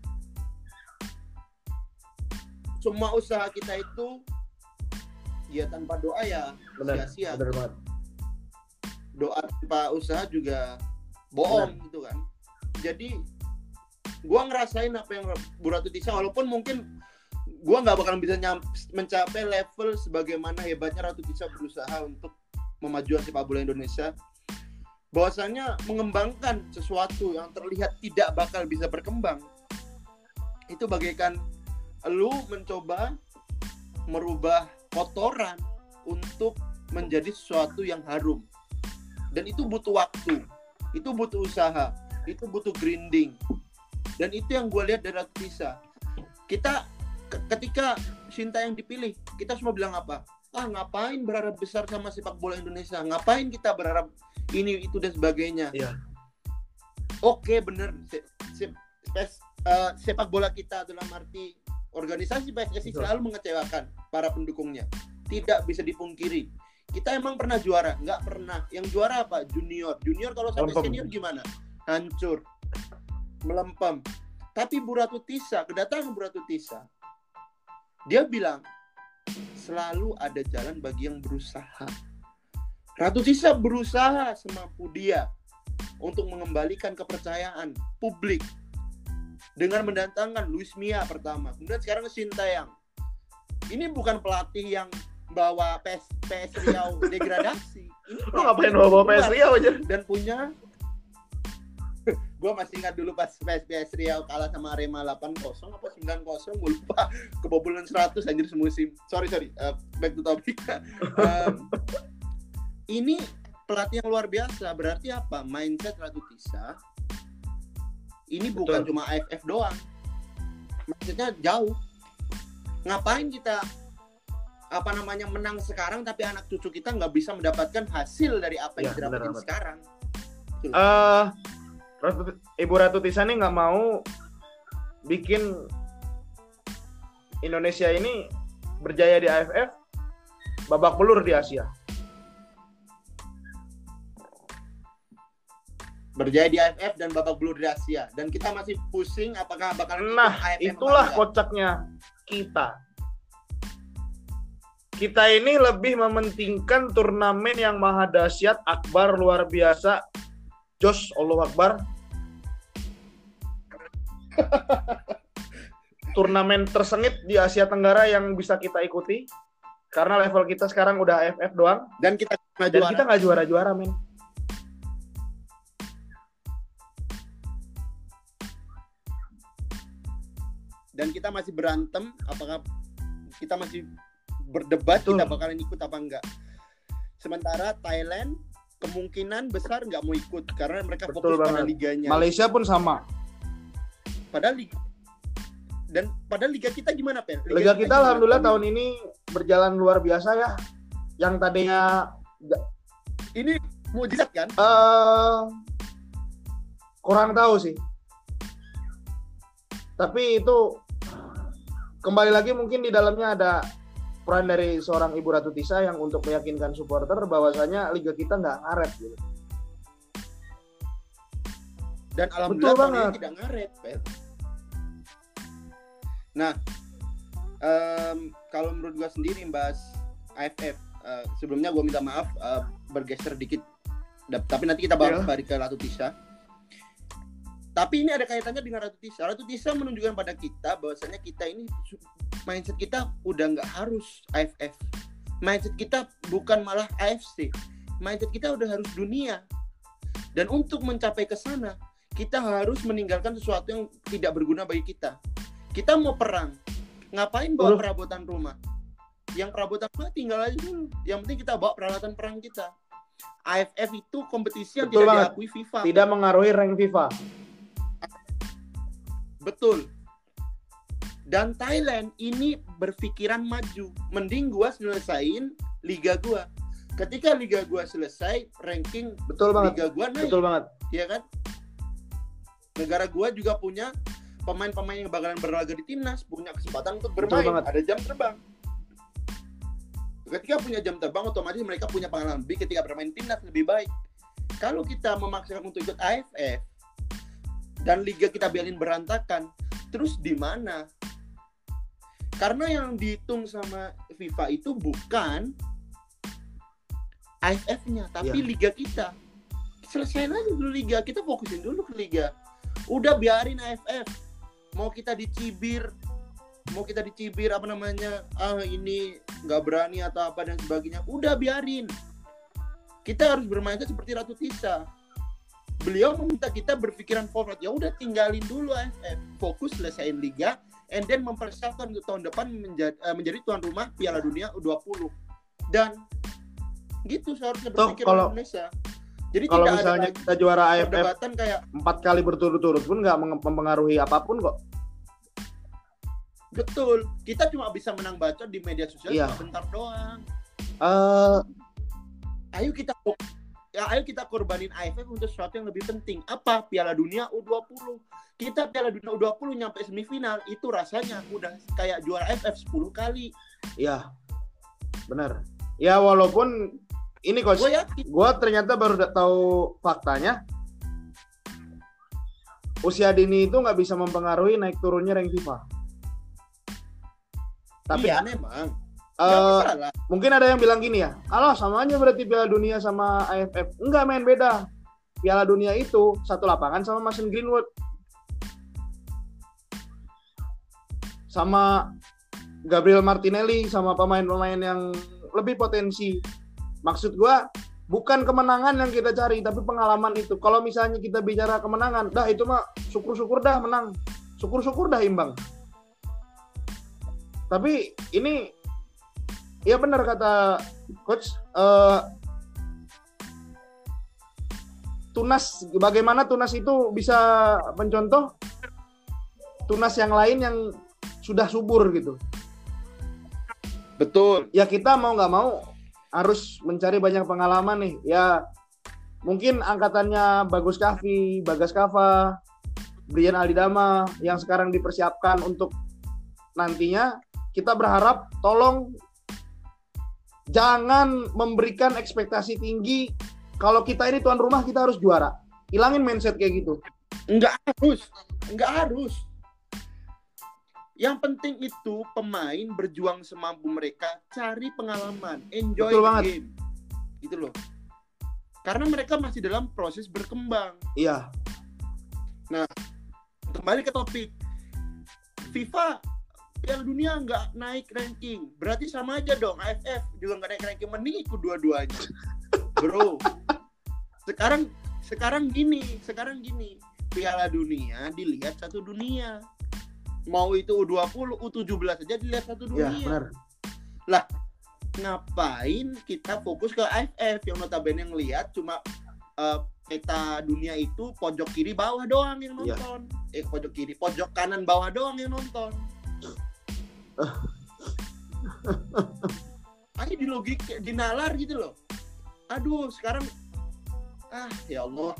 semua usaha kita itu ya tanpa doa ya Benar, sia-sia. benar banget. Doa tanpa usaha juga bohong Benar. gitu kan. Jadi gua ngerasain apa yang Bu Ratu Tisa, walaupun mungkin gua nggak bakalan bisa nyam, mencapai level sebagaimana hebatnya Ratu Tisa berusaha untuk memajukan sepak bola Indonesia. Bahwasanya mengembangkan sesuatu yang terlihat tidak bakal bisa berkembang itu bagaikan lu mencoba merubah kotoran untuk menjadi sesuatu yang harum. Dan itu butuh waktu, itu butuh usaha, itu butuh grinding. Dan itu yang gue lihat dari Ratu Tisa. Kita k- ketika Shinta yang dipilih, kita semua bilang apa? Ah, ngapain berharap besar sama sepak bola Indonesia? Ngapain kita berharap ini, itu, dan sebagainya? Iya. Oke, bener. Se- se- pes- uh, sepak bola kita dalam arti organisasi P S S I Betul. selalu mengecewakan para pendukungnya. Tidak bisa dipungkiri. Kita emang pernah juara? Nggak pernah. Yang juara apa? Junior. Junior kalau sampai Melempem. senior gimana? Hancur. Melempem. Tapi Bu Ratu Tisa, kedatangan Bu Ratu Tisa, dia bilang, selalu ada jalan bagi yang berusaha. Ratu Tisa berusaha semampu dia untuk mengembalikan kepercayaan publik dengan mendatangkan Luis Mia pertama, kemudian sekarang Sintayong. Ini bukan pelatih yang bawa P S, P S Riau degradasi. Ini Lu ngapain bawa P S Riau aja? dan punya gue masih ingat dulu pas P S Riau kalah sama Arema delapan kosong apa sembilan kosong, gue lupa, kebobolan seratus anjir semusim. Sorry sorry, uh, back to topic. um, ini pelatih yang luar biasa. Berarti apa? Mindset Ratu Tisa ini bukan Betul. cuma A F F doang. Mindsetnya jauh. Ngapain kita apa namanya menang sekarang tapi anak cucu kita nggak bisa mendapatkan hasil dari apa yang Ya, kita dapetin benar, sekarang? Eh, Ratu- Ibu Ratu Tisa ini nggak mau bikin Indonesia ini berjaya di A F F, babak belur di Asia. Berjaya di A F F dan babak belur di Asia, dan kita masih pusing apakah bakal ikut Nah, A F F itulah apa enggak. kocaknya kita. Kita ini lebih mementingkan turnamen yang maha dahsyat, akbar, luar biasa. Jos, Allahu Akbar. Turnamen tersengit di Asia Tenggara yang bisa kita ikuti. Karena level kita sekarang udah A F F doang. Dan kita nggak Dan juara. kita nggak juara-juara, men. Dan kita masih berantem apakah kita masih berdebat Betul. kita bakalan ikut apa enggak. Sementara Thailand kemungkinan besar nggak mau ikut karena mereka Betul fokus pada banget. liganya. Malaysia pun sama. Padahal liga dan padahal liga kita gimana, Pel? Liga kita gimana? alhamdulillah tahun ini berjalan luar biasa ya. Yang tadinya Ini mujizat kan? eh kurang tahu sih. Tapi itu kembali lagi mungkin di dalamnya ada peran dari seorang Ibu Ratu Tisa yang untuk meyakinkan supporter bahwasanya liga kita nggak ngaret gitu. Dan alhamdulillah Betul tahun ini banget. tidak ngaret, Pel. Nah, em, kalau menurut gua sendiri bahas A F F, eh, sebelumnya gua minta maaf eh, bergeser dikit, Da- tapi nanti kita bahas Iya. balik ke Ratu Tisa. Tapi ini ada kaitannya dengan Ratu Tisa. Ratu Tisa menunjukkan pada kita bahwasanya kita ini su- mindset kita udah nggak harus A F F. Mindset kita bukan malah A F C. Mindset kita udah harus dunia. Dan untuk mencapai ke sana, kita harus meninggalkan sesuatu yang tidak berguna bagi kita. Kita mau perang, ngapain bawa Udah. perabotan rumah? Yang perabotan rumah tinggal aja dulu. Yang penting kita bawa peralatan perang kita. A F F itu kompetisi yang Betul tidak banget. diakui FIFA. Tidak mengaruhi rank FIFA. Betul. Dan Thailand ini berpikiran maju. Mending gua selesaiin liga gua. Ketika liga gua selesai, ranking Betul banget. liga gua naik, Betul banget. ya kan? Negara gua juga punya pemain-pemain yang bakalan berlaga di timnas, punya kesempatan untuk Betul bermain, banget. ada jam terbang. Ketika punya jam terbang, otomatis mereka punya pengalaman lebih ketika bermain timnas lebih baik. Kalau kita memaksakan untuk ikut A F F dan liga kita biarin berantakan, terus di mana? Karena yang dihitung sama FIFA itu bukan A F F-nya, tapi yeah. liga kita. Selesaiin aja dulu liga, kita fokusin dulu ke liga. Udah biarin A F F. Mau kita dicibir, mau kita dicibir apa namanya, ah ini nggak berani atau apa dan sebagainya. Udah biarin. Kita harus bermain seperti Ratu Tisa. Beliau meminta kita berpikiran forward. Ya udah tinggalin dulu A F F, fokus selesaiin liga, and then mempersiapkan untuk tahun depan menjadi, uh, menjadi tuan rumah Piala Dunia U dua puluh. Dan gitu seharusnya berpikir kalau, Indonesia. Jadi kalau tidak misalnya ada kita juara A F F kayak empat kali berturut-turut pun nggak mempengaruhi apapun kok. Betul, kita cuma bisa menang bacot di media sosial iya. cuma bentar doang. Uh... Ayo kita ya ayo kita korbanin A F F untuk sesuatu yang lebih penting. Apa? Piala Dunia U dua puluh. Kita Piala Dunia U dua puluh nyampe semifinal, itu rasanya udah kayak juara A F F sepuluh kali. Iya. Benar. Ya walaupun ini coach, gue ternyata baru tahu faktanya. Usia dini itu nggak bisa mempengaruhi naik turunnya rank FIFA. Tapi iya memang. Uh, mungkin ada yang bilang gini ya, kalau sama aja berarti Piala Dunia sama A F F. Enggak, main beda. Piala Dunia itu satu lapangan sama Mason Greenwood, sama Gabriel Martinelli, sama pemain-pemain yang lebih potensi. Maksud gua bukan kemenangan yang kita cari, tapi pengalaman itu. Kalau misalnya kita bicara kemenangan, dah itu mah syukur-syukur dah menang, syukur-syukur dah imbang. Tapi ini ya benar kata coach, uh, Tunas, bagaimana Tunas itu bisa mencontoh Tunas yang lain yang sudah subur gitu. Betul. Ya kita mau nggak mau harus mencari banyak pengalaman nih. Ya mungkin angkatannya Bagus Kahvi, Bagas Kava, Brian Aldidama yang sekarang dipersiapkan untuk nantinya, kita berharap tolong jangan memberikan ekspektasi tinggi. Kalau kita ini tuan rumah, kita harus juara. Hilangin mindset kayak gitu. Enggak harus. Enggak harus. Yang penting itu pemain berjuang semampu mereka, cari pengalaman, enjoy Betul the banget. game. Gitu loh. Karena mereka masih dalam proses berkembang. Iya. Nah, kembali ke topik. FIFA Piala Dunia nggak naik ranking, berarti sama aja dong. A F F juga nggak naik ranking, mending ikut dua-duanya, bro. Sekarang, sekarang gini, sekarang gini. Piala Dunia dilihat satu dunia. Mau itu U dua puluh, U tujuh belas aja dilihat satu dunia. Iya, benar. Lah, ngapain kita fokus ke A F F yang notabene yang lihat cuma uh, peta dunia itu pojok kiri bawah doang yang nonton. Ya. Eh, pojok kiri, pojok kanan bawah doang yang nonton. Ayo di logik, di nalar gitu loh. Aduh, sekarang ah ya Allah,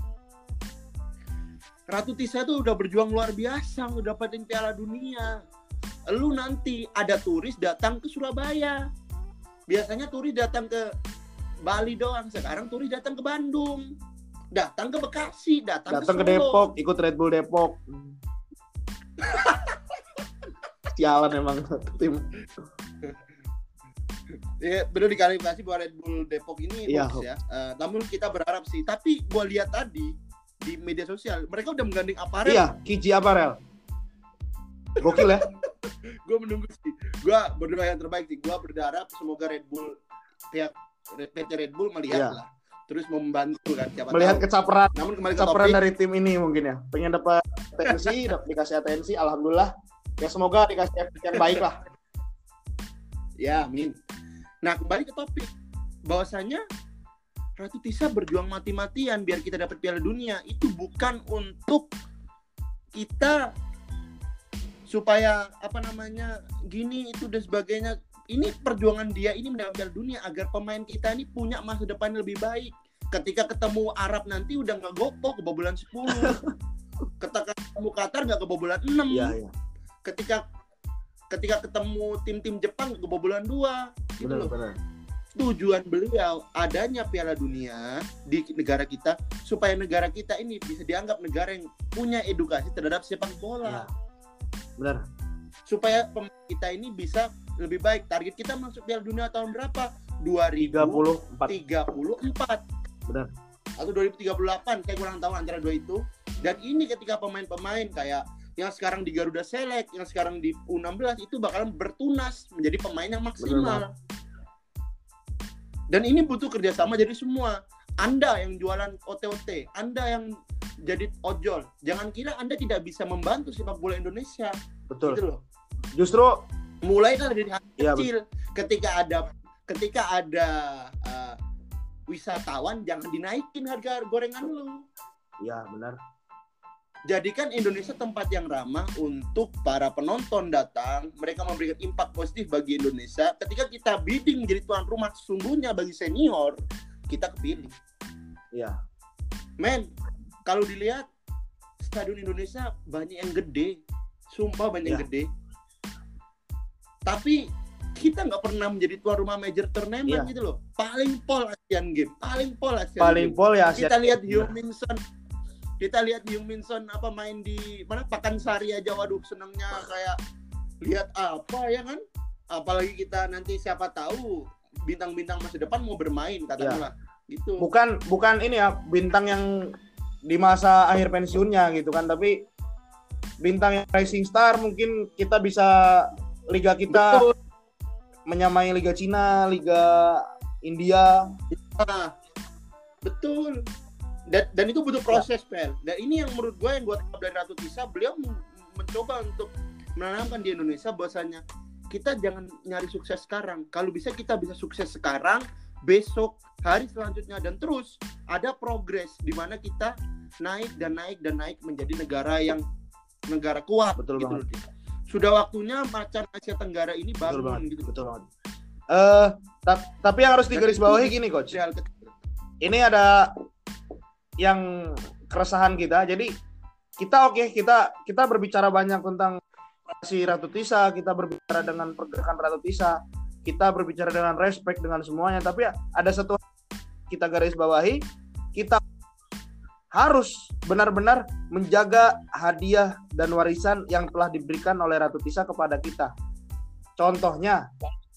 Ratu Tisa tuh udah berjuang luar biasa udah dapetin Piala Dunia. Lu nanti ada turis datang ke Surabaya. Biasanya turis datang ke Bali doang, sekarang turis datang ke Bandung, datang ke Bekasi, datang, datang ke, ke Depok, ikut Red Bull Depok. Sialan emang tim. Ya, benar dikalifikasi bahwa Red Bull Depok ini iya, hoax ya. Uh, namun kita berharap sih. Tapi gue lihat tadi di media sosial, mereka udah menggandeng aparel. Iya, Kiji Aparel. Gokil ya. Gue menunggu sih. Gue berdoa yang terbaik sih. Gue berharap semoga Red Bull, pihak P T Red Bull melihat iya. lah. Terus membantu kan. Siapa melihat tahu. kecaperan. Namun kembali ke kecaperan topik, dari tim ini mungkin ya. Pengen dapat atensi, dapat dikasih atensi. Alhamdulillah. Ya semoga dikasih efek yang baik lah. Ya, amin. Nah, kembali ke topik. Bahwasanya Ratu Tisa berjuang mati-matian biar kita dapat Piala Dunia. Itu bukan untuk kita supaya apa namanya gini itu dan sebagainya. Ini perjuangan dia ini mendapat Piala Dunia agar pemain kita ini punya masa depan lebih baik. Ketika ketemu Arab nanti udah nggak gopo kebobolan sepuluh. Ketika ketemu Qatar nggak kebobolan enam. Iya, iya. Ketika ketika ketemu tim-tim Jepang kebobolan dua gitu benar, loh. Benar. tujuan beliau adanya Piala Dunia di negara kita supaya negara kita ini bisa dianggap negara yang punya edukasi terhadap sepak bola. Ya. Benar. Supaya pemain kita ini bisa lebih baik. Target kita masuk Piala Dunia tahun berapa? dua ribu tiga puluh empat. Benar. Atau dua ribu tiga puluh delapan, saya kurang tahu antara dua itu. Dan ini ketika pemain-pemain kayak yang sekarang di Garuda Select, yang sekarang di U enam belas itu bakalan bertunas menjadi pemain yang maksimal. Benar. Dan ini butuh kerjasama dari semua. Anda yang jualan O T O T, Anda yang jadi ojol, jangan kira Anda tidak bisa membantu sepak bola Indonesia. Betul. Gitu loh. Justru mulai dari hal ya, kecil. Betul. Ketika ada ketika ada uh, wisatawan, jangan dinaikin harga gorengan lu. Ya, benar. Jadikan Indonesia tempat yang ramah untuk para penonton datang. Mereka memberikan impact positif bagi Indonesia. Ketika kita bidding menjadi tuan rumah, sesungguhnya bagi senior, kita kepilih. Iya. Men, kalau dilihat stadion Indonesia banyak yang gede. Sumpah banyak ya. yang gede. Tapi kita nggak pernah menjadi tuan rumah major turnamen ya. gitu loh. Paling pol Asian Games. Paling pol Asian Paling Games. pol ya Asian. Kita lihat Heung-min Son. Kita lihat Heung-min Son apa main di mana Pakansari aja, waduh senangnya kayak lihat apa ya kan, apalagi kita nanti siapa tahu bintang-bintang masa depan mau bermain katakanlah ya. Gitu. Bukan bukan ini ya bintang yang di masa akhir pensiunnya gitu kan, tapi bintang yang rising star mungkin kita bisa liga kita betul. Menyamai Liga Cina, Liga India. Nah, betul. Dan, dan itu butuh proses, ya. Pel. Dan ini yang menurut gue yang gue tangkap dari Ratu Tisa, beliau mencoba untuk menanamkan di Indonesia bahwasanya kita jangan nyari sukses sekarang. Kalau bisa kita bisa sukses sekarang, besok, hari selanjutnya, dan terus ada progres di mana kita naik dan naik dan naik menjadi negara yang negara kuat. Betul gitu banget. Loh. Sudah waktunya macan Asia Tenggara ini bangun. Betul banget. Gitu. Betul banget. Uh, ta- tapi yang harus digarisbawahi gini, Coach. Ini ada yang keresahan kita. Jadi kita oke, okay, kita kita berbicara banyak tentang si Ratu Tisa, kita berbicara dengan pergerakan Ratu Tisa, kita berbicara dengan respect dengan semuanya, tapi ada satu kita garis bawahi, kita harus benar-benar menjaga hadiah dan warisan yang telah diberikan oleh Ratu Tisa kepada kita. Contohnya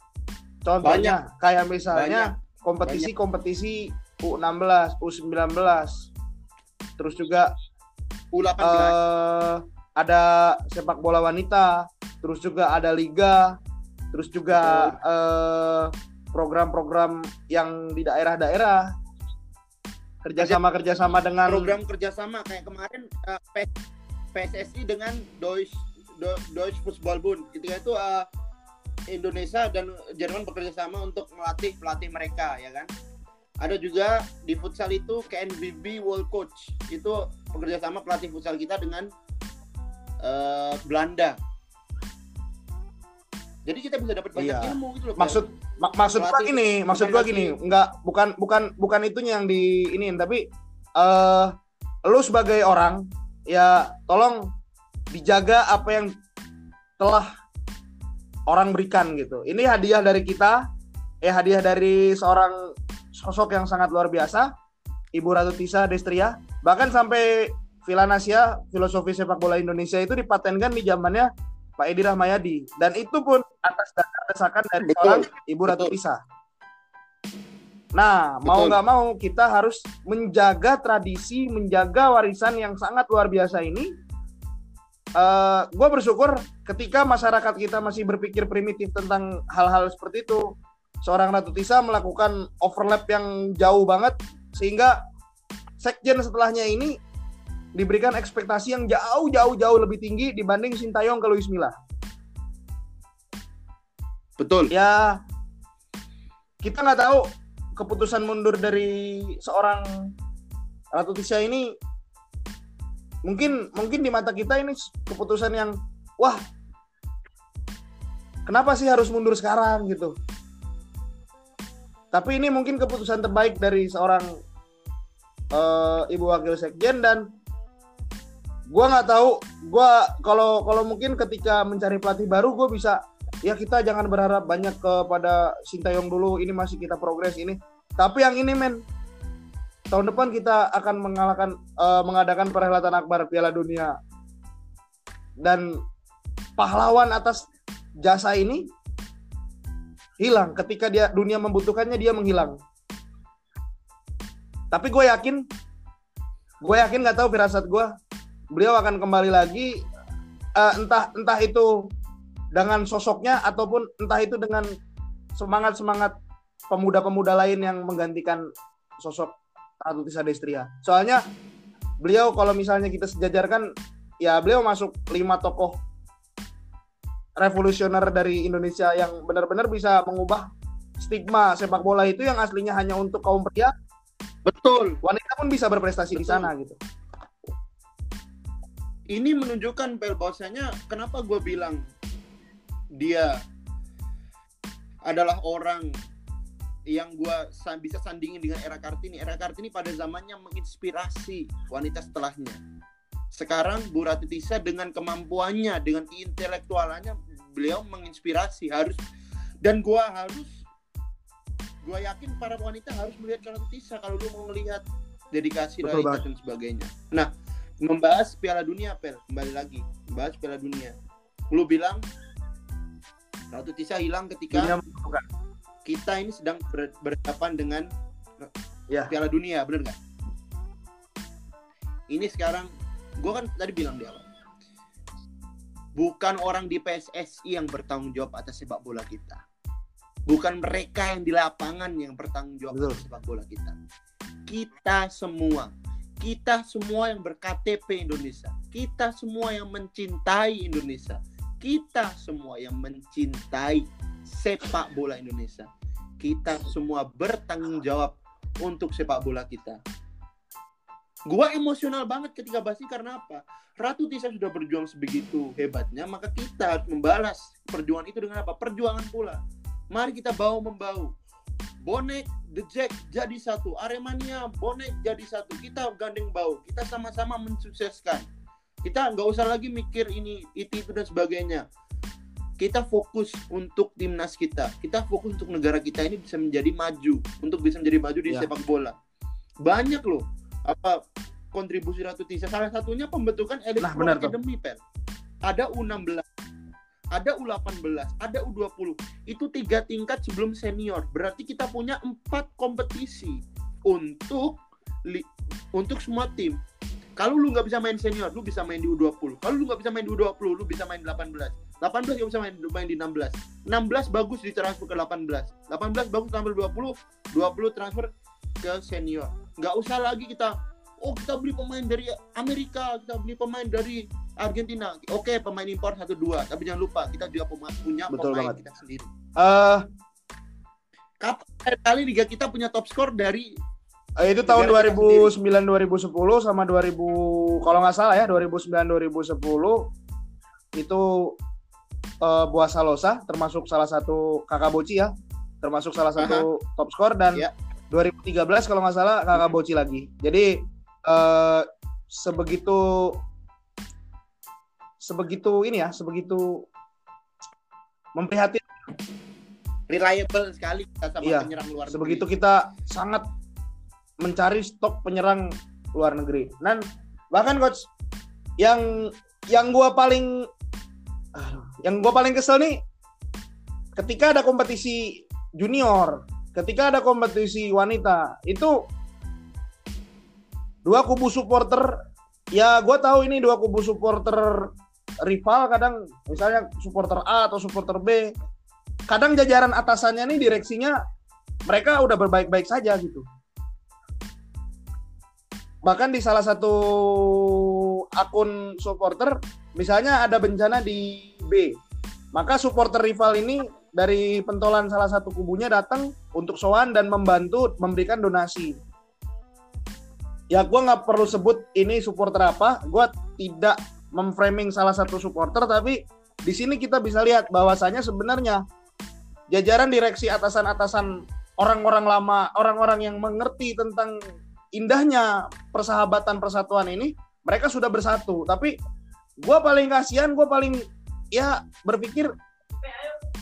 contohnya banyak. Kayak misalnya banyak. kompetisi-kompetisi U enam belas, U sembilan belas, terus juga U delapan belas, uh, ada sepak bola wanita, terus juga ada liga, terus juga uh, program-program yang di daerah-daerah, kerjasama kerjasama dengan program kerjasama kayak kemarin uh, P S S I dengan Deutsche Deutsche Fußballbund, ketika itu uh, Indonesia dan Jerman bekerja sama untuk melatih pelatih mereka, ya kan? Ada juga di futsal itu K N B B World Coach, itu bekerja sama pelatih futsal kita dengan uh, Belanda. Jadi kita bisa dapat banyak iya. ilmu gitu loh. Maksud mak- maksud gua gini, maksud gua gini, enggak bukan bukan bukan itunya yang di iniin, tapi uh, lu sebagai orang ya tolong dijaga apa yang telah orang berikan gitu. Ini hadiah dari kita, eh hadiah dari seorang sosok yang sangat luar biasa, Ibu Ratu Tisa Destria. Bahkan sampai Filanasia, filosofi sepak bola Indonesia itu dipatenkan di zamannya Pak Edi Rahmayadi, dan itu pun atas dasar desakan dari betul, seorang Ibu Ratu betul. Tisa. Nah, betul. Mau nggak mau kita harus menjaga tradisi, menjaga warisan yang sangat luar biasa ini. Uh, gue bersyukur ketika masyarakat kita masih berpikir primitif tentang hal-hal seperti itu, seorang Ratu Tisa melakukan overlap yang jauh banget, sehingga sekjen setelahnya ini diberikan ekspektasi yang jauh-jauh-jauh lebih tinggi dibanding Sintayong ke Luis Milla. Betul. Ya, kita nggak tahu keputusan mundur dari seorang Ratu Tisa ini, mungkin mungkin di mata kita ini keputusan yang wah, kenapa sih harus mundur sekarang gitu. Tapi ini mungkin keputusan terbaik dari seorang uh, Ibu Wakil Sekjen, dan gue nggak tahu, gue kalau kalau mungkin ketika mencari pelatih baru gue bisa ya kita jangan berharap banyak kepada Sintayong dulu, ini masih kita progres ini. Tapi yang ini men, tahun depan kita akan mengalahkan uh, mengadakan perhelatan akbar Piala Dunia. Dan pahlawan atas jasa ini hilang ketika dia dunia membutuhkannya, dia menghilang. Tapi gue yakin, gue yakin nggak tahu firasat gue, beliau akan kembali lagi, uh, entah entah itu dengan sosoknya ataupun entah itu dengan semangat semangat pemuda-pemuda lain yang menggantikan sosok Ratu Tisa Destria. Soalnya beliau kalau misalnya kita sejajarkan, ya beliau masuk lima tokoh revolusioner dari Indonesia yang benar-benar bisa mengubah stigma sepak bola itu yang aslinya hanya untuk kaum pria. Betul. Wanita pun bisa berprestasi Betul. Di sana gitu. Ini menunjukkan Pel bahwasanya kenapa gue bilang dia adalah orang yang gue bisa sandingin dengan era Kartini. Era Kartini pada zamannya menginspirasi wanita setelahnya. Sekarang Bu Ratu Tisa dengan kemampuannya, dengan intelektualannya, beliau menginspirasi. Harus, dan gue harus, gue yakin para wanita harus melihat Ratu Tisa kalau lu mau melihat dedikasi, loyalitas dan sebagainya. Nah, membahas Piala Dunia, Pel, kembali lagi, membahas Piala Dunia. Lu bilang Ratu Tisa hilang ketika Dunia kita ini sedang ber- berhadapan dengan ya. Piala Dunia, bener nggak? Ini sekarang gue kan tadi bilang di awal, bukan orang di P S S I yang bertanggung jawab atas sepak bola kita, bukan mereka yang di lapangan yang bertanggung jawab Betul. Atas sepak bola kita. Kita semua, kita semua yang ber-K T P Indonesia, kita semua yang mencintai Indonesia, kita semua yang mencintai sepak bola Indonesia, kita semua bertanggung jawab untuk sepak bola kita. Gua emosional banget ketika bahas ini karena apa? Ratu Tisa sudah berjuang sebegitu hebatnya, maka kita harus membalas perjuangan itu dengan apa? Perjuangan pula. Mari kita bahu-membahu. Bonek, The Jack jadi satu. Aremania, Bonek jadi satu. Kita gandeng bahu. Kita sama-sama mensukseskan. Kita nggak usah lagi mikir ini, itu, itu dan sebagainya. Kita fokus untuk timnas kita. Kita fokus untuk negara kita ini bisa menjadi maju, untuk bisa menjadi maju di ya. Sepak bola. Banyak loh apa kontribusi Ratu Tisa. Salah satunya pembentukan Elite nah, Pro Academy, Pel. Ada U enam belas, ada U delapan belas, ada U dua puluh. Itu tiga tingkat sebelum senior. Berarti kita punya empat kompetisi untuk li, untuk semua tim. Kalau lu nggak bisa main senior, lu bisa main di U dua puluh. Kalau lu nggak bisa main di U dua puluh, lu bisa main di delapan belas. delapan belas nggak bisa main, main di enam belas. enam belas bagus ditransfer ke delapan belas. delapan belas bagus transfer dua puluh. dua puluh transfer ke senior. Nggak usah lagi kita, oh kita beli pemain dari Amerika, kita beli pemain dari Argentina. Oke, pemain impor satu dua, tapi jangan lupa kita juga pema- punya Betul pemain banget. Kita sendiri. Uh, Kapan kali liga kita punya top skor dari uh, itu tahun dua ribu sembilan dua ribu sepuluh sama dua ribu kalau nggak salah ya dua ribu sembilan dua ribu sepuluh itu uh, Boas Salosa termasuk salah satu kakak Boci ya, termasuk salah satu uh-huh. top skor dan yeah. dua ribu tiga belas kalau nggak salah kakak Boci lagi. Jadi uh, sebegitu sebegitu ini ya, sebegitu memprihatinkan. Reliable sekali kita sama iya, penyerang luar negeri. Sebegitu kita sangat mencari stok penyerang luar negeri. Dan bahkan coach yang yang gua paling yang gua paling kesel nih ketika ada kompetisi junior, ketika ada kompetisi wanita, itu dua kubu supporter, ya gua tahu ini dua kubu supporter rival, kadang misalnya supporter A atau supporter B, kadang jajaran atasannya nih, direksinya mereka udah berbaik-baik saja gitu. Bahkan di salah satu akun supporter, misalnya ada bencana di B, maka supporter rival ini dari pentolan salah satu kubunya datang untuk sowan dan membantu memberikan donasi. Ya gue nggak perlu sebut ini supporter apa, gue tidak memframing salah satu supporter, tapi di sini kita bisa lihat bahwasanya sebenarnya jajaran direksi atasan-atasan orang-orang lama, orang-orang yang mengerti tentang indahnya persahabatan persatuan ini, mereka sudah bersatu. Tapi gue paling kasihan, gue paling ya berpikir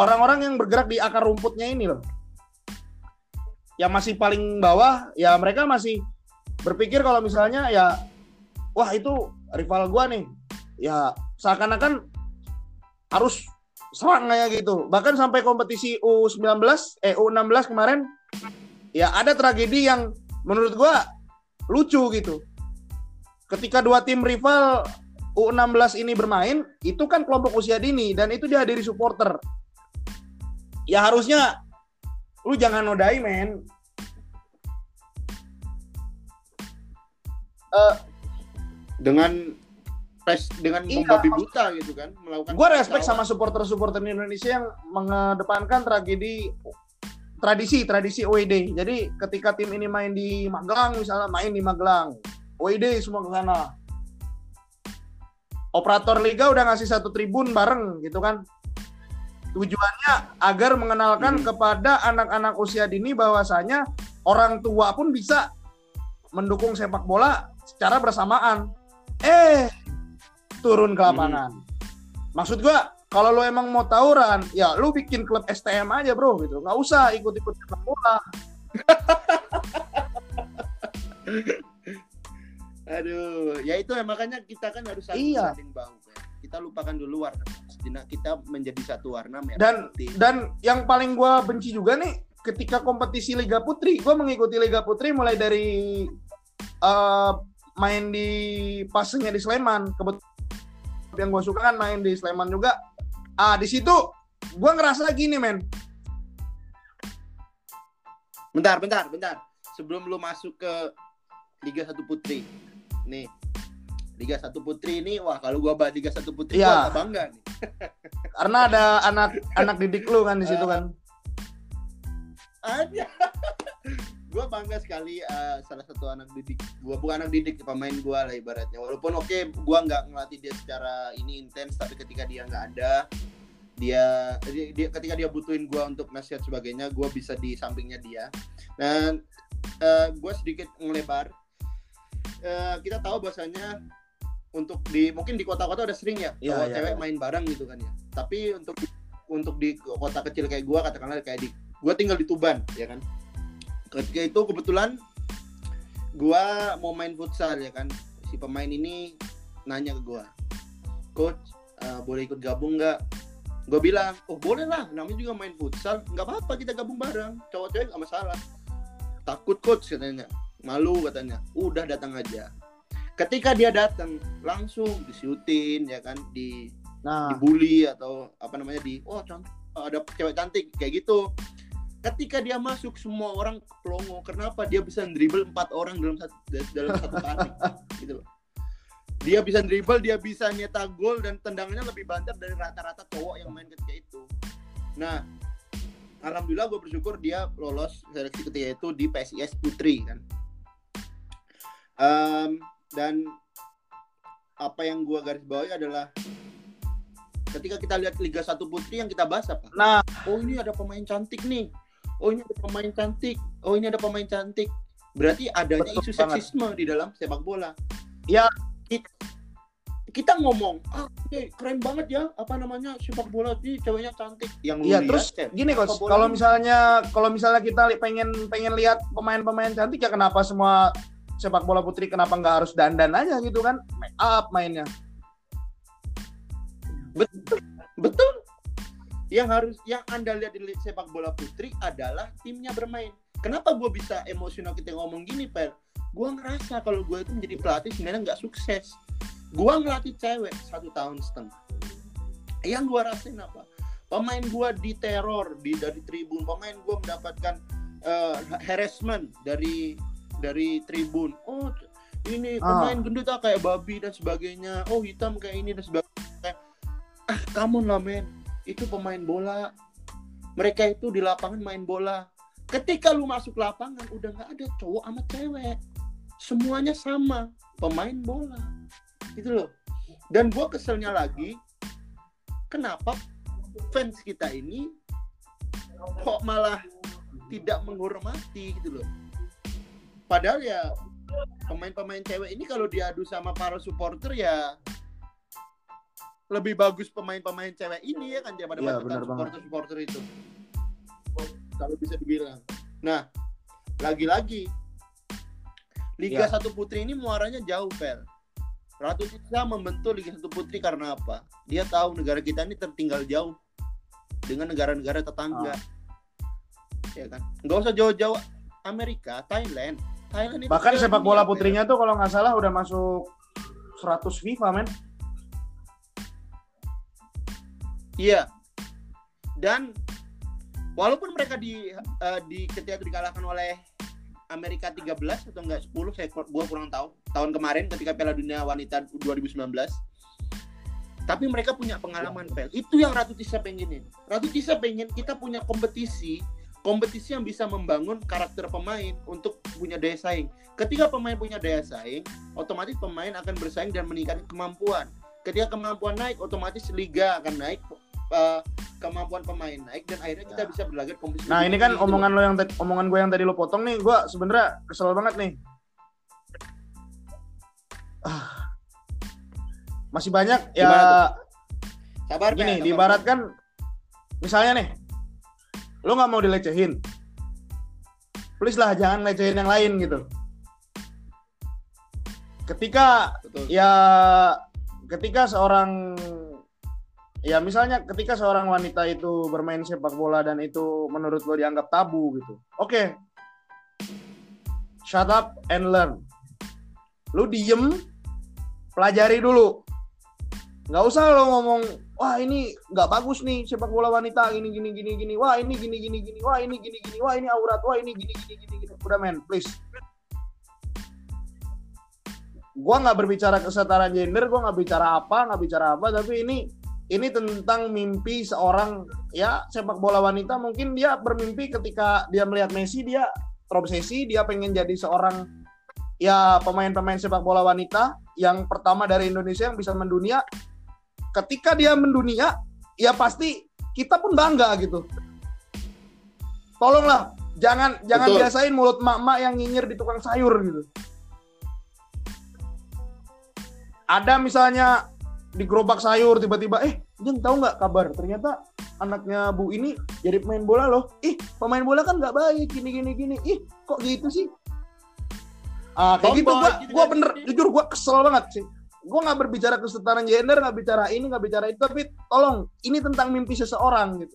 orang-orang yang bergerak di akar rumputnya ini loh, yang masih paling bawah, ya mereka masih berpikir kalau misalnya ya, wah itu rival gua nih, ya seakan-akan harus serang kayak gitu. Bahkan sampai kompetisi U sembilan belas, eh U enam belas kemarin, ya ada tragedi yang menurut gua lucu gitu. Ketika dua tim rival U enam belas ini bermain, itu kan kelompok usia dini dan itu dihadiri supporter. Ya harusnya lu jangan nodai, men. Uh, dengan pres dengan iya, membabi buta gitu kan, melakukan. Gue respect sama supporter-supporter Indonesia yang mengedepankan tragedi tradisi tradisi away day. Jadi ketika tim ini main di Magelang misalnya, main di Magelang, away day semua ke sana. Operator liga udah ngasih satu tribun bareng gitu kan. Tujuannya agar mengenalkan hmm. kepada anak-anak usia dini bahwasanya orang tua pun bisa mendukung sepak bola secara bersamaan. Eh turun ke lapangan. Hmm. Maksud gua, kalau lo emang mau tawuran, ya lo bikin klub S T M aja bro, gitu. Nggak usah ikut-ikut sepak bola. Aduh, ya itu ya, makanya kita kan harus saling iya. bahu. Kita lupakan dulu warna. Kita menjadi satu warna merah. Dan putih. Dan yang paling gua benci juga nih, ketika kompetisi Liga Putri, gua mengikuti Liga Putri mulai dari uh, main di pasenya di Sleman. Kebetulan yang gue suka kan main di Sleman juga. Ah, di situ gue ngerasa gini, men. Bentar, bentar, bentar. Sebelum lu masuk ke Liga satu Putri. Nih. Liga satu Putri ini, wah kalau gue bahas Liga satu Putri ya. gue bangga nih. Karena ada anak anak didik lu kan di situ uh, kan. Ada. Gue bangga sekali uh, salah satu anak didik gue, bukan anak didik, pemain gue lah ibaratnya. Walaupun oke okay, gue nggak ngelatih dia secara ini intens, tapi ketika dia nggak ada, dia, dia ketika dia butuhin gue untuk nasihat sebagainya, gue bisa di sampingnya dia. Dan uh, gue sedikit ngelebar. Uh, kita tahu bahwasanya untuk di mungkin di kota-kota udah sering ya, ya, ya cewek ya. main bareng gitu kan ya. Tapi untuk untuk di kota kecil kayak gue, katakanlah kayak di gue tinggal di Tuban, ya kan. Ketika itu kebetulan gue mau main futsal ya kan, si pemain ini nanya ke gue, coach uh, boleh ikut gabung nggak? Gue bilang, oh boleh lah, namanya juga main futsal, nggak apa-apa kita gabung bareng, cowok-cowok nggak masalah. Takut coach katanya, malu katanya, udah datang aja. Ketika dia datang langsung disiutin ya kan, di nah. dibully atau apa namanya di, oh contoh ada cewek cantik kayak gitu. Ketika dia masuk semua orang pelongo. Kenapa? Dia bisa dribble empat orang dalam satu dalam satu kali gitu loh. Dia bisa dribble, dia bisa nyetak gol dan tendangannya lebih banter dari rata-rata cowok yang main ketika itu. Nah, alhamdulillah gue bersyukur dia lolos seleksi ketika itu di P S I S Putri kan. Um, dan apa yang gue garis bawahi adalah ketika kita lihat Liga satu Putri yang kita bahas apa? Nah, oh ini ada pemain cantik nih. Oh ini ada pemain cantik. Oh ini ada pemain cantik. Berarti adanya Betul isu banget. Seksisme di dalam sepak bola. Ya, kita, kita ngomong, ah okay, keren banget ya, apa namanya sepak bola ini ceweknya cantik. Yang Iya, terus ya, gini coach, kalau misalnya kalau misalnya kita pengen pengen lihat pemain-pemain cantik ya kenapa semua sepak bola putri kenapa nggak harus dandan aja gitu kan? Make up mainnya. Betul. Betul. Yang harus yang Anda lihat di sepak bola putri adalah timnya bermain. Kenapa gue bisa emosional kita ngomong gini, Per? Gue ngerasa kalau gue itu menjadi pelatih sebenarnya nggak sukses. Gue ngelatih cewek satu tahun setengah. Yang gue rasain apa? Pemain gue diteror di dari tribun. Pemain gue mendapatkan uh, harassment dari dari tribun. Oh ini pemain ah. gendut ah, kayak babi dan sebagainya. Oh hitam kayak ini dan sebagainya. Ah come on lah men. Itu pemain bola. Mereka itu di lapangan main bola. Ketika lu masuk lapangan udah nggak ada cowok sama cewek. Semuanya sama, pemain bola. Gitu loh. Dan gue keselnya lagi, kenapa fans kita ini kok malah tidak menghormati gitu loh. Padahal ya pemain-pemain cewek ini kalau diadu sama para supporter ya lebih bagus pemain-pemain cewek ini ya kan daripada Iya, pasukan benar banget. supporter-supporter itu. Kalau bisa dibilang. Nah, lagi-lagi Liga Ya. satu Putri ini muaranya jauh, Pel. Ratu Tisa membentuk Liga satu Putri karena apa? Dia tahu negara kita ini tertinggal jauh dengan negara-negara tetangga. Ah. Ya kan? Nggak usah jauh-jauh Amerika, Thailand. Thailand itu Bahkan Piala sepak Dunia, bola Pel. putrinya tuh kalau nggak salah udah masuk seratus FIFA, men. Iya. Dan walaupun mereka di uh, di ketika itu dikalahkan oleh Amerika tiga belas atau enggak sepuluh, saya gua kurang tahu. Tahun kemarin ketika Piala Dunia Wanita dua ribu sembilan belas. Tapi mereka punya pengalaman, Pel. Itu yang Ratu Tisa pengenin. Ratu Tisa pengen kita punya kompetisi, kompetisi yang bisa membangun karakter pemain untuk punya daya saing. Ketika pemain punya daya saing, otomatis pemain akan bersaing dan meningkatkan kemampuan. Ketika kemampuan naik, otomatis liga akan naik, uh, kemampuan pemain naik, dan akhirnya kita Ya. bisa berlagak kompetisi. Nah, ini kan gitu. omongan lo yang tadi, omongan gue yang tadi lo potong nih, gue sebenarnya kesel banget nih. Ah. Masih banyak ya. Gimana tuh? Sabar, Gini, Pel, di sabar. barat kan misalnya nih, lo nggak mau dilecehin, please lah jangan lecehin yang lain gitu. Ketika Betul. ya ketika seorang ya misalnya ketika seorang wanita itu bermain sepak bola dan itu menurut lo dianggap tabu gitu, oke, shut up and learn. Lu diem, pelajari dulu. Nggak usah lo ngomong, wah ini nggak bagus nih sepak bola wanita, gini gini gini gini, wah ini gini gini gini, wah ini gini gini, wah ini aurat, wah ini gini gini gini gini. Udah, men, please. Gua nggak berbicara kesetaraan gender, gua nggak bicara apa, nggak bicara apa, tapi ini ini tentang mimpi seorang ya sepak bola wanita. Mungkin dia bermimpi ketika dia melihat Messi, dia terobsesi, dia pengen jadi seorang ya pemain-pemain sepak bola wanita yang pertama dari Indonesia yang bisa mendunia. Ketika dia mendunia, ya pasti kita pun bangga gitu. Tolonglah, jangan jangan Betul. biasain mulut mak-mak yang nyinyir di tukang sayur gitu. Ada misalnya di gerobak sayur tiba-tiba, eh, Jeng tahu nggak kabar? Ternyata anaknya Bu ini jadi pemain bola loh. Ih, pemain bola kan nggak baik, gini gini gini. Ih, kok gitu sih? Ah, kayak gitu, Tomboy, gua gitu gua kan. bener, jujur gua kesel banget sih. Gua nggak berbicara kesetaraan gender, nggak bicara ini, nggak bicara itu, tapi tolong, ini tentang mimpi seseorang gitu.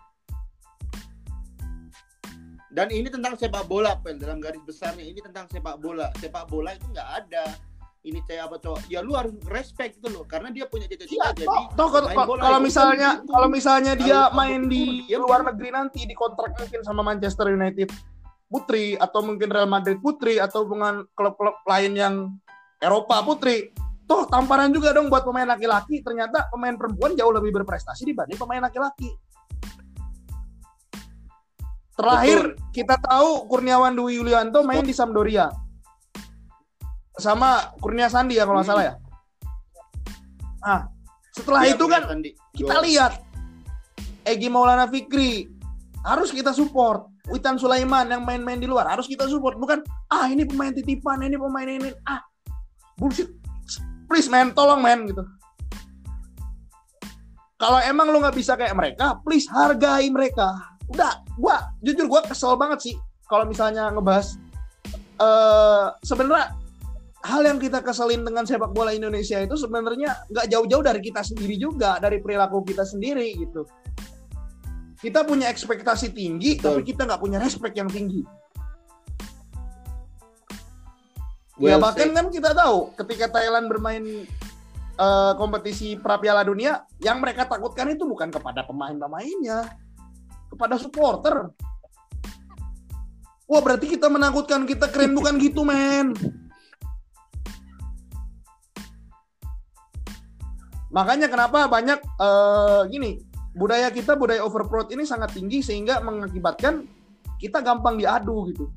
Dan ini tentang sepak bola, Pel. Dalam garis besarnya ini tentang sepak bola. Sepak bola itu nggak ada ini cewek apa cowok. Ya lu harus respect gitu loh, karena dia punya cita-cita Iya, jadi toh, toh kalau, pemain bola. kalau Ya, misalnya gitu. kalau misalnya dia Kalau- main di dia luar mungkin- negeri nanti di kontrak mungkin sama Manchester United putri atau mungkin Real Madrid putri atau dengan klub-klub lain yang Eropa putri, toh tamparan juga dong buat pemain laki-laki. Ternyata pemain perempuan jauh lebih berprestasi dibanding pemain laki-laki. Terakhir Betul. kita tahu Kurniawan Dwi Yulianto main di Sampdoria sama Kurnia Sandi ya kalau nggak Hmm. salah ya. Nah, setelah Iya, itu bener, kan Sandi. kita Gol. lihat Egy Maulana Fikri harus kita support. Witan Sulaiman yang main-main di luar harus kita support. Bukan, ah ini pemain titipan, ini pemain ini. Ah, bullshit. Please man, tolong man gitu. Kalau emang lu nggak bisa kayak mereka, please hargai mereka. Udah, gua jujur gua kesel banget sih kalau misalnya ngebahas eh sebenarnya hal yang kita keselin dengan sepak bola Indonesia itu sebenarnya nggak jauh-jauh dari kita sendiri juga, dari perilaku kita sendiri gitu. Kita punya ekspektasi tinggi, Betul. tapi kita nggak punya respect yang tinggi. Well ya bahkan said. kan kita tahu ketika Thailand bermain eh, kompetisi pra Piala Dunia, yang mereka takutkan itu bukan kepada pemain-pemainnya, kepada supporter. Wah berarti kita menakutkan, kita keren, bukan gitu men. Makanya kenapa banyak eh, gini, budaya kita, budaya overproud ini sangat tinggi sehingga mengakibatkan kita gampang diadu gitu.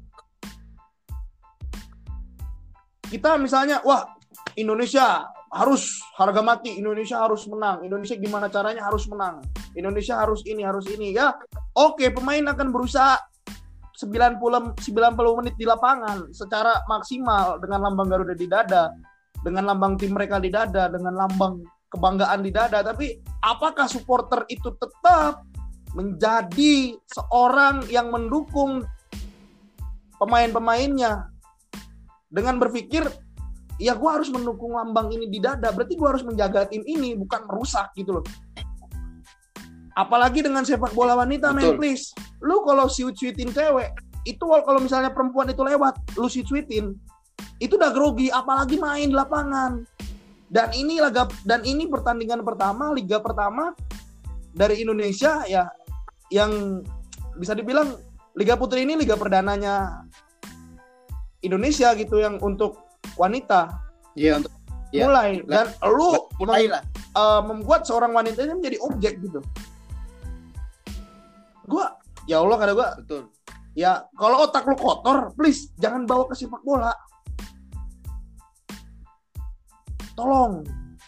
Kita misalnya, wah Indonesia harus harga mati, Indonesia harus menang, Indonesia gimana caranya harus menang, Indonesia harus ini, harus ini ya. Oke, pemain akan berusaha sembilan puluh menit di lapangan secara maksimal dengan lambang Garuda di dada, dengan lambang tim mereka di dada, dengan lambang kebanggaan di dada, tapi apakah supporter itu tetap menjadi seorang yang mendukung pemain-pemainnya dengan berpikir ya gue harus mendukung lambang ini di dada, berarti gue harus menjaga tim ini, bukan merusak gitu loh. Apalagi dengan sepak bola wanita, men, please. Lu kalau siut-siutin cewek, itu kalau misalnya perempuan itu lewat, lu siut-siutin, itu udah grogi, apalagi main di lapangan. Dan ini laga dan ini pertandingan pertama, liga pertama dari Indonesia ya, yang bisa dibilang Liga Putri ini liga perdananya Indonesia gitu, yang untuk wanita. Iya, untuk ya. Mulai dan lah, lu mulai lah. Uh, membuat seorang wanita ini menjadi objek gitu. Gua, ya Allah, kata gua, betul. Ya kalau otak lu kotor, please jangan bawa ke sepak bola. Tolong.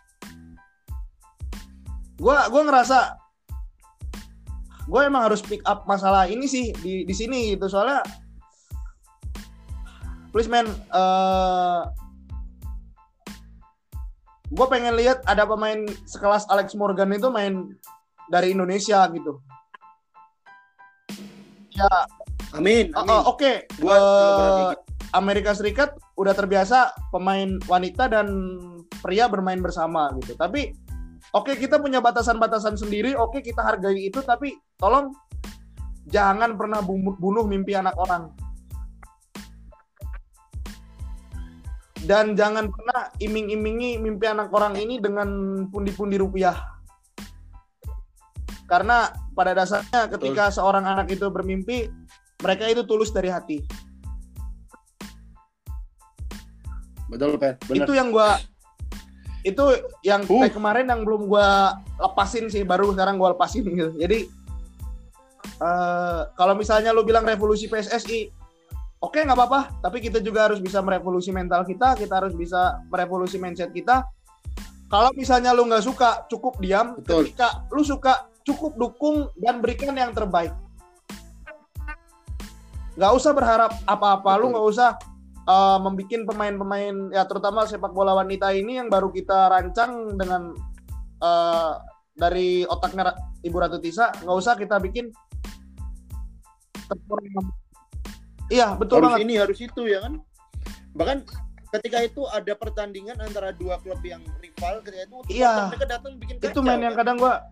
Gua gua ngerasa gue emang harus pick up masalah ini sih di di sini gitu, soalnya please man, uh, gue pengen lihat ada pemain sekelas Alex Morgan itu main dari Indonesia gitu. Ya, amin. amin. Uh, Oke, okay. uh, Amerika Serikat udah terbiasa pemain wanita dan pria bermain bersama gitu. Tapi oke, okay, kita punya batasan-batasan sendiri. Oke, okay, kita hargai itu. Tapi tolong jangan pernah bunuh mimpi anak orang. Dan jangan pernah iming-imingi mimpi anak orang ini dengan pundi-pundi rupiah. Karena pada dasarnya ketika Betul. seorang anak itu bermimpi, mereka itu tulus dari hati. Betul, Pak. Itu yang gua itu yang uh. kayak kemarin yang belum gue lepasin sih, baru sekarang gue lepasin gitu. Jadi uh, kalau misalnya lu bilang revolusi P S S I, oke okay, nggak apa-apa, tapi kita juga harus bisa merevolusi mental kita, kita harus bisa merevolusi mindset kita. Kalau misalnya lu nggak suka, cukup diam. Betul. Ketika lu suka, cukup dukung dan berikan yang terbaik. Nggak usah berharap apa-apa. Betul. Lu nggak usah Uh, membikin pemain-pemain ya, terutama sepak bola wanita ini yang baru kita rancang dengan uh, dari otaknya Ibu Ratu Tisa, nggak usah kita bikin. Iya, betul harus banget. Ini harus itu ya kan. Bahkan ketika itu ada pertandingan antara dua klub yang rival, ketika itu iya, mereka datang bikin kacau. Itu main kan? Yang kadang gua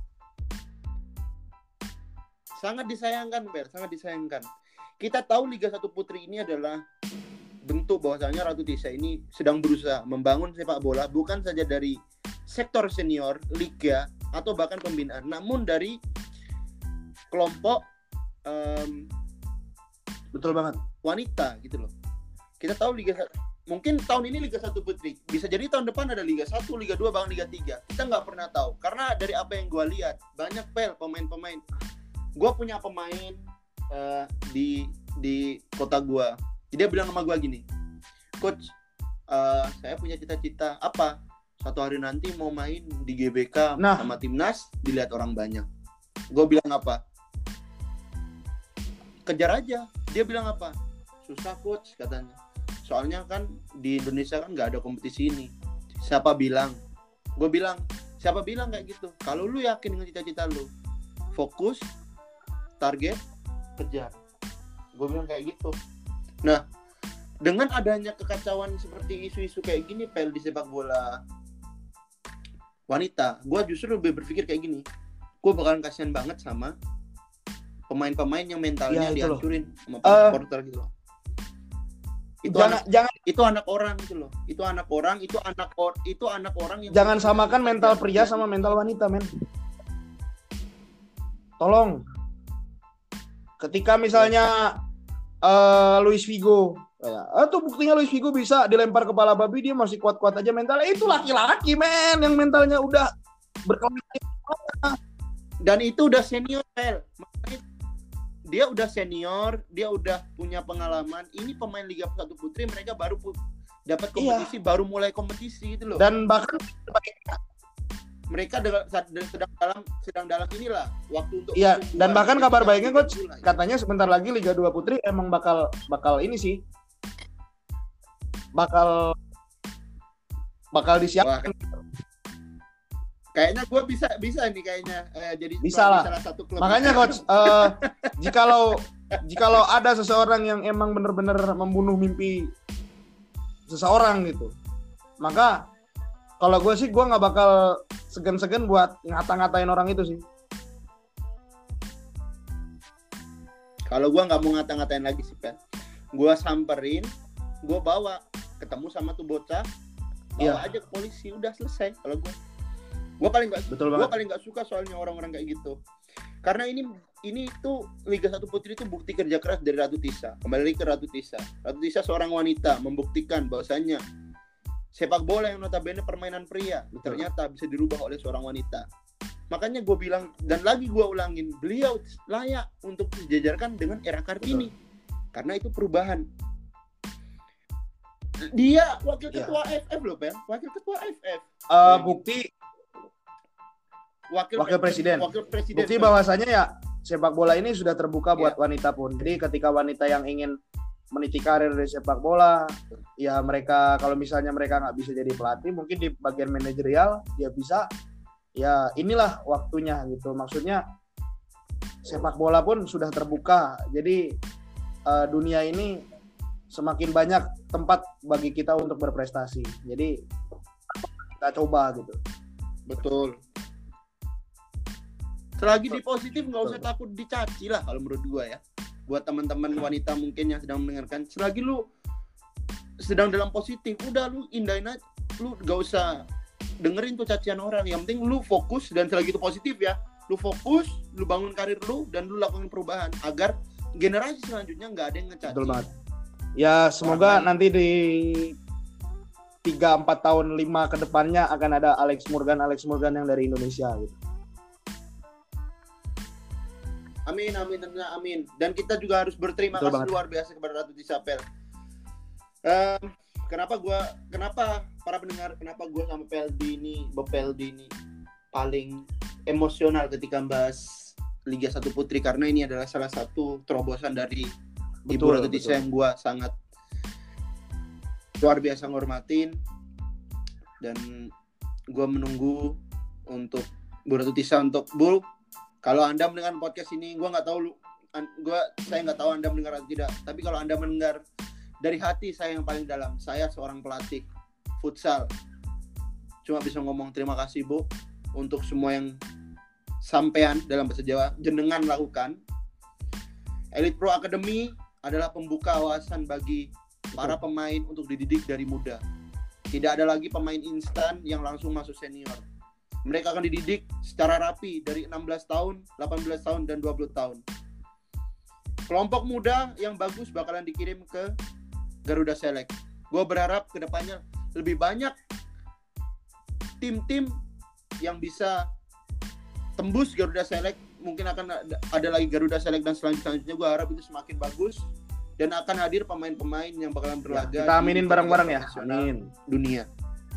sangat disayangkan, Ber, sangat disayangkan. Kita tahu Liga satu Putri ini adalah bentuk bahwasanya Ratu Tisa ini sedang berusaha membangun sepak bola bukan saja dari sektor senior, liga, atau bahkan pembinaan, namun dari kelompok um, betul banget wanita gitu loh. Kita tahu Liga mungkin tahun ini Liga satu Putri, bisa jadi tahun depan ada Liga satu, Liga dua, bahkan Liga tiga. Kita nggak pernah tahu, karena dari apa yang gue lihat, banyak pel pemain-pemain. Gue punya pemain uh, di di kota gue. Jadi dia bilang sama gue gini, Coach, uh, saya punya cita-cita apa? Satu hari nanti mau main di G B K nah. sama timnas, dilihat orang banyak. Gue bilang apa? Kejar aja. Dia bilang apa? Susah, Coach, katanya. Soalnya kan di Indonesia kan nggak ada kompetisi ini. Siapa bilang? Gue bilang, siapa bilang kayak gitu? Kalau lu yakin dengan cita-cita lu, fokus, target, kejar. Gue bilang kayak gitu. Nah, dengan adanya kekacauan seperti isu-isu kayak gini, pel di sepak bola wanita, gue justru lebih berpikir kayak gini, gue bakalan kasihan banget sama pemain-pemain yang mentalnya ya, dihancurin sama para supporter uh, gitu loh. Itu jangan, anak, jangan itu anak orang gitu loh. Itu anak orang, itu anak or, itu anak orang yang jangan samakan mental pria sama mental wanita, men. Tolong. Ketika misalnya Uh, Luis Figo, ya, itu buktinya Luis Figo bisa dilempar kepala babi, dia masih kuat-kuat aja mentalnya. Itu laki-laki, men, yang mentalnya udah berkelahi. Dan itu udah senior, pel. Dia udah senior, dia udah punya pengalaman. Ini pemain Liga satu Putri, mereka baru pu- dapat kompetisi, iya. baru mulai kompetisi gitu loh. Dan bahkan mereka sedang dalam sedang dalam inilah waktu untuk iya, dan bahkan kabar baiknya Coach, katanya sebentar lagi Liga dua Putri emang bakal bakal ini sih bakal bakal disiapkan. Kayaknya gue bisa bisa nih kayaknya eh, jadi bisa lah. salah satu klub. Makanya coach, uh, jikalau jikalau ada seseorang yang emang benar-benar membunuh mimpi seseorang gitu, maka kalau gue sih gue nggak bakal segan-segan buat ngata-ngatain orang itu sih. Kalau gue nggak mau ngata-ngatain lagi sih Pen, gue samperin, gue bawa ketemu sama tuh bocah, bawa ya. aja ke polisi, udah selesai. Kalau gue gue paling nggak gue paling nggak suka soalnya orang-orang kayak gitu, karena ini ini tuh Liga satu Putri itu bukti kerja keras dari Ratu Tisa. Kembali lagi ke Ratu Tisa. Ratu Tisa seorang wanita membuktikan bahwasanya sepak bola yang notabene permainan pria Betul. ternyata bisa dirubah oleh seorang wanita. Makanya gue bilang dan lagi gue ulangin, beliau layak untuk dijajarkan dengan era Kartini. Betul. Karena itu perubahan. Dia wakil ketua ya. F F loh, Pen. Wakil ketua F F. Uh, bukti wakil, wakil presiden. Wakil presiden. Bukti bahwasanya ya sepak bola ini sudah terbuka buat ya. wanita pun. Jadi ketika wanita yang ingin meniti karir di sepak bola, ya mereka kalau misalnya mereka nggak bisa jadi pelatih, mungkin di bagian manajerial dia bisa. Ya inilah waktunya gitu. Maksudnya sepak bola pun sudah terbuka. Jadi uh, dunia ini semakin banyak tempat bagi kita untuk berprestasi. Jadi kita coba gitu. Betul. Selagi di positif nggak usah takut dicaci lah kalau menurut gua ya. Buat teman-teman wanita mungkin yang sedang mendengarkan, selagi lu sedang dalam positif, udah lu indahin aja. Lu nggak usah dengerin tuh cacian orang. Yang penting lu fokus dan selagi itu positif ya. Lu fokus, lu bangun karir lu dan lu lakukan perubahan agar generasi selanjutnya nggak ada yang ngecaci. Betul banget. Ya semoga Karena... nanti di tiga empat tahun lima ke depannya akan ada Alex Morgan Alex Morgan yang dari Indonesia gitu. Amin, amin, tentunya amin. Dan kita juga harus berterima Betul kasih banget. luar biasa kepada Ratu Tisa Pel. Um, kenapa gua, kenapa para pendengar, kenapa gua sama P L D ini, Bob P L D ini paling emosional ketika bahas Liga satu Putri, karena ini adalah salah satu terobosan dari betul, Ibu Ratu Tisa yang gua sangat luar biasa ngormatin, dan gua menunggu untuk Bu Ratu Tisa untuk Bu. Kalau Anda mendengar podcast ini, gue nggak tahu lu, gue saya nggak tahu Anda mendengar atau tidak. Tapi kalau Anda mendengar dari hati saya yang paling dalam, saya seorang pelatih futsal, cuma bisa ngomong terima kasih Bu untuk semua yang sampean dalam bahasa Jawa jenengan lakukan. Elite Pro Academy adalah pembuka wawasan bagi para pemain untuk dididik dari muda. Tidak ada lagi pemain instan yang langsung masuk senior. Mereka akan dididik secara rapi dari enam belas tahun, delapan belas tahun, dan dua puluh tahun. Kelompok muda yang bagus bakalan dikirim ke Garuda Select. Gue berharap kedepannya lebih banyak tim-tim yang bisa tembus Garuda Select. Mungkin akan ada lagi Garuda Select dan selanjutnya. Gue harap itu semakin bagus dan akan hadir pemain-pemain yang bakalan berlaga. Ya, kita aminin bareng-bareng ya. Amin. Dunia.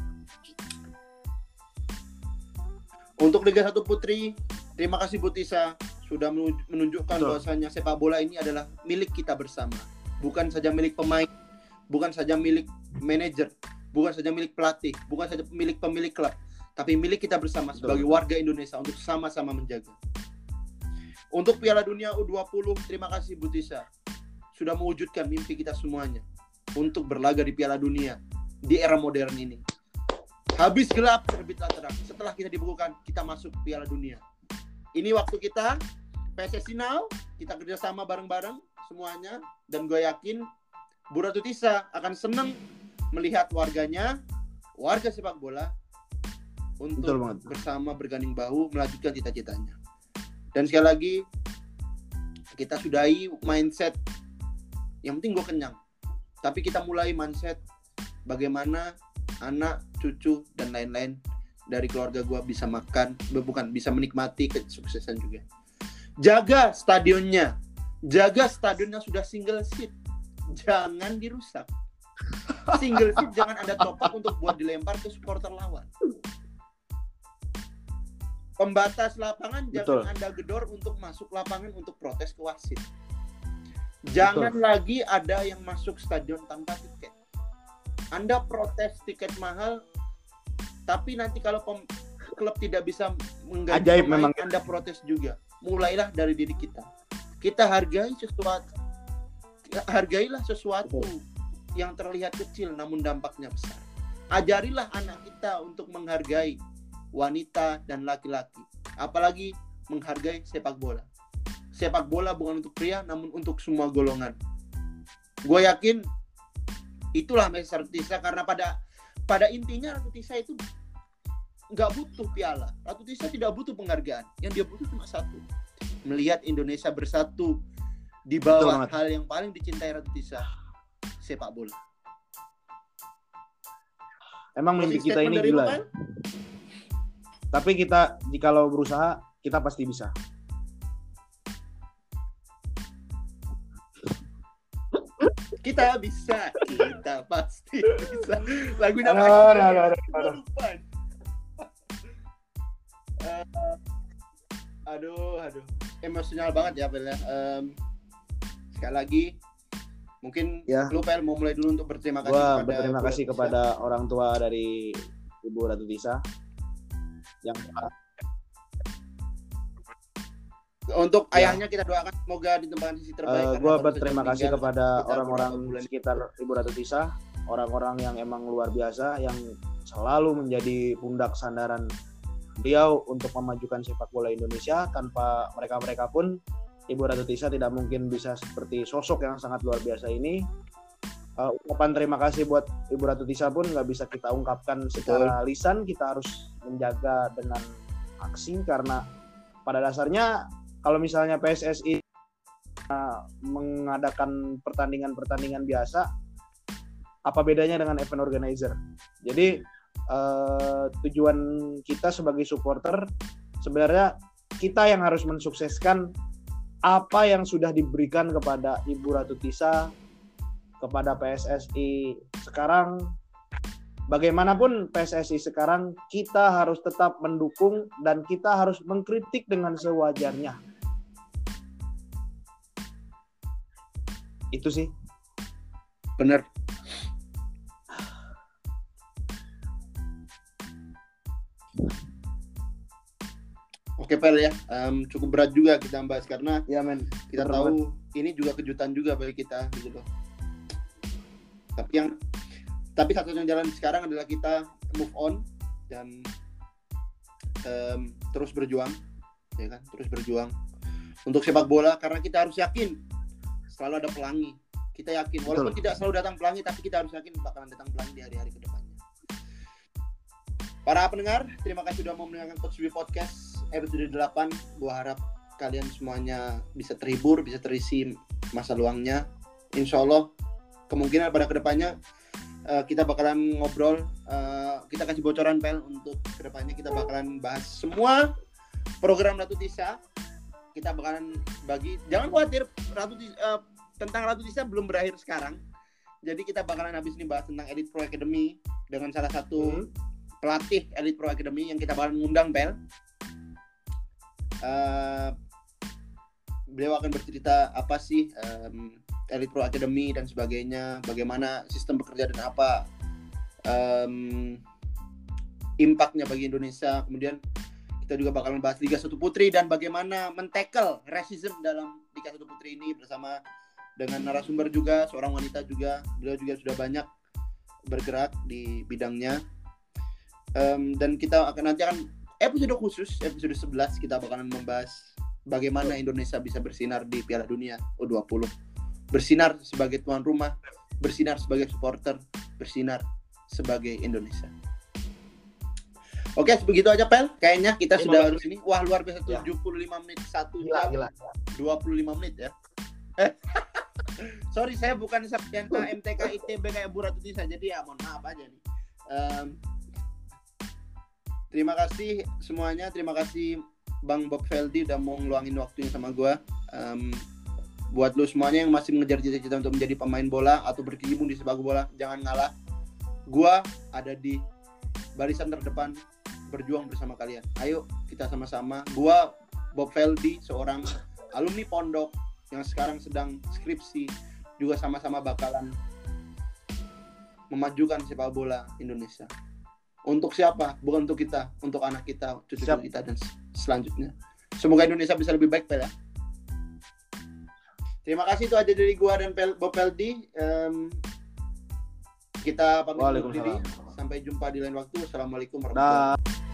Untuk Liga satu Putri, terima kasih Bu Tisa sudah menunjukkan bahwasanya sepak bola ini adalah milik kita bersama. Bukan saja milik pemain, bukan saja milik manajer, bukan saja milik pelatih, bukan saja milik pemilik klub, tapi milik kita bersama sebagai warga Indonesia untuk sama-sama menjaga. Untuk Piala Dunia U dua puluh, terima kasih Bu Tisa sudah mewujudkan mimpi kita semuanya untuk berlaga di Piala Dunia di era modern ini. Habis gelap, terbitlah terang. Setelah kita dibukukan, kita masuk Piala Dunia. Ini waktu kita, P S S I Now, kita kerjasama bareng-bareng semuanya. Dan gue yakin, Bu Ratu Tisa akan senang melihat warganya, warga sepak bola, untuk bersama berganding bahu, melanjutkan cita-citanya. Dan sekali lagi, kita sudahi mindset, yang penting gue kenyang. Tapi kita mulai mindset, bagaimana anak, cucu, dan lain-lain dari keluarga gue bisa makan, bukan bisa menikmati kesuksesan juga. Jaga stadionnya, jaga stadionnya sudah single seat, jangan dirusak. Single seat jangan ada top up untuk buat dilempar ke supporter lawan. Pembatas lapangan Betul. Jangan Anda gedor untuk masuk lapangan untuk protes ke wasit. Jangan Betul. Lagi ada yang masuk stadion tanpa tiket. Anda protes tiket mahal, tapi nanti kalau pem, klub tidak bisa menggaji Ajaib pemain, memang. Anda protes juga. Mulailah dari diri kita. Kita hargai sesuatu, hargailah sesuatu yang terlihat kecil namun dampaknya besar. Ajarilah anak kita untuk menghargai wanita dan laki-laki, apalagi menghargai sepak bola. Sepak bola bukan untuk pria namun untuk semua golongan. Gue yakin itulah Manchester Tisa, karena pada pada intinya Ratu Tisa itu nggak butuh piala. Ratu Tisa tidak butuh penghargaan. Yang dia butuh cuma satu, melihat Indonesia bersatu di bawah hal yang paling dicintai Ratu Tisa, sepak bola. Emang mimpi kita ini gila. Ya? Tapi kita jikalau berusaha, kita pasti bisa. Kita bisa, kita pasti bisa. Lagu nama no, no, no, no, no. Uh, aduh, aduh, emosional banget ya, Pel ya. Um, sekali lagi, mungkin ya. Lu Pel mau mulai dulu untuk berterima kasih. Gua kepada berterima kasih Tisa. Kepada orang tua dari Ibu Ratu Tisa yang untuk ya. Ayahnya kita doakan semoga ditempatkan di sisi terbaik. Uh, gue berterima kasih kepada orang-orang sekitar Ibu Ratu Tisa, orang-orang yang emang luar biasa, yang selalu menjadi pundak sandaran beliau untuk memajukan sepak bola Indonesia. Tanpa mereka-mereka pun Ibu Ratu Tisa tidak mungkin bisa seperti sosok yang sangat luar biasa ini. Uh, ucapan terima kasih buat Ibu Ratu Tisa pun nggak bisa kita ungkapkan secara lisan, kita harus menjaga dengan aksi, karena pada dasarnya kalau misalnya P S S I uh, mengadakan pertandingan-pertandingan biasa, apa bedanya dengan event organizer? Jadi uh, tujuan kita sebagai supporter sebenarnya kita yang harus mensukseskan apa yang sudah diberikan kepada Ibu Ratu Tisa, kepada P S S I sekarang. Bagaimanapun P S S I sekarang, kita harus tetap mendukung dan kita harus mengkritik dengan sewajarnya. Itu sih. Bener. Oke Pel ya, um, cukup berat juga kita bahas karena ya, men. kita Bener tahu banget. Ini juga kejutan juga bagi kita gitu loh. Tapi yang tapi satu-satunya jalan sekarang adalah kita move on dan um, terus berjuang, ya kan? Terus berjuang untuk sepak bola, karena kita harus yakin selalu ada pelangi. Kita yakin walaupun Betul. Tidak selalu datang pelangi, tapi kita harus yakin bakalan datang pelangi di hari-hari kedepannya. Para pendengar, terima kasih sudah mau mendengarkan Coach B Podcast episode delapan. Gua harap kalian semuanya bisa terhibur, bisa terisi masa luangnya. Insya Allah kemungkinan pada kedepannya uh, kita bakalan ngobrol, uh, kita kasih bocoran Pel untuk kedepannya kita bakalan bahas semua program Ratu Tisa. Kita bakalan bagi, jangan khawatir, Ratu Tisa, uh, tentang Ratu Tisa belum berakhir sekarang. Jadi kita bakalan habis ini bahas tentang Elite Pro Academy dengan salah satu hmm. pelatih Elite Pro Academy yang kita bakalan ngundang Pel. Uh, beliau akan bercerita apa sih um, Elite Pro Academy dan sebagainya, bagaimana sistem bekerja dan apa um, impact-nya bagi Indonesia. Kemudian kita juga bakal membahas Liga satu Putri dan bagaimana men-tackle racism dalam Liga satu Putri ini bersama dengan narasumber juga, seorang wanita juga. Beliau juga sudah banyak bergerak di bidangnya. Um, dan kita akan nanti akan episode khusus, episode sebelas kita bakalan membahas bagaimana Indonesia bisa bersinar di Piala Dunia U dua puluh. Bersinar sebagai tuan rumah, bersinar sebagai supporter, bersinar sebagai Indonesia. Oke, begitu aja Pel. Kayaknya kita ya, sudah harus ini. Wah, luar biasa, tujuh puluh lima menit, satu gila, jam, gila. dua puluh lima menit ya. Eh, sorry, saya bukan Saptianka M T K I T B kayak Bu Ratu Tisa, jadi ya mohon maaf aja nih. Um, terima kasih semuanya, terima kasih Bang Bob Feldi udah mau ngeluangin waktunya sama gue. Um, buat lu semuanya yang masih mengejar cita-cita untuk menjadi pemain bola atau berkecimpung di sepak bola, jangan ngalah. Gue ada di barisan terdepan berjuang bersama kalian. Ayo kita sama-sama. Gue Bob Feldi, seorang alumni pondok yang sekarang sedang skripsi, juga sama-sama bakalan memajukan sepak bola Indonesia. Untuk siapa? Bukan untuk kita, untuk anak kita, cucu Siap. kita dan selanjutnya. Semoga Indonesia bisa lebih baik, Pel ya. Terima kasih, itu aja dari gua dan Pel, Bob Peldi. Um, kita pamit undur diri. Sampai jumpa di lain waktu. Assalamualaikum warahmatullahi wabarakatuh.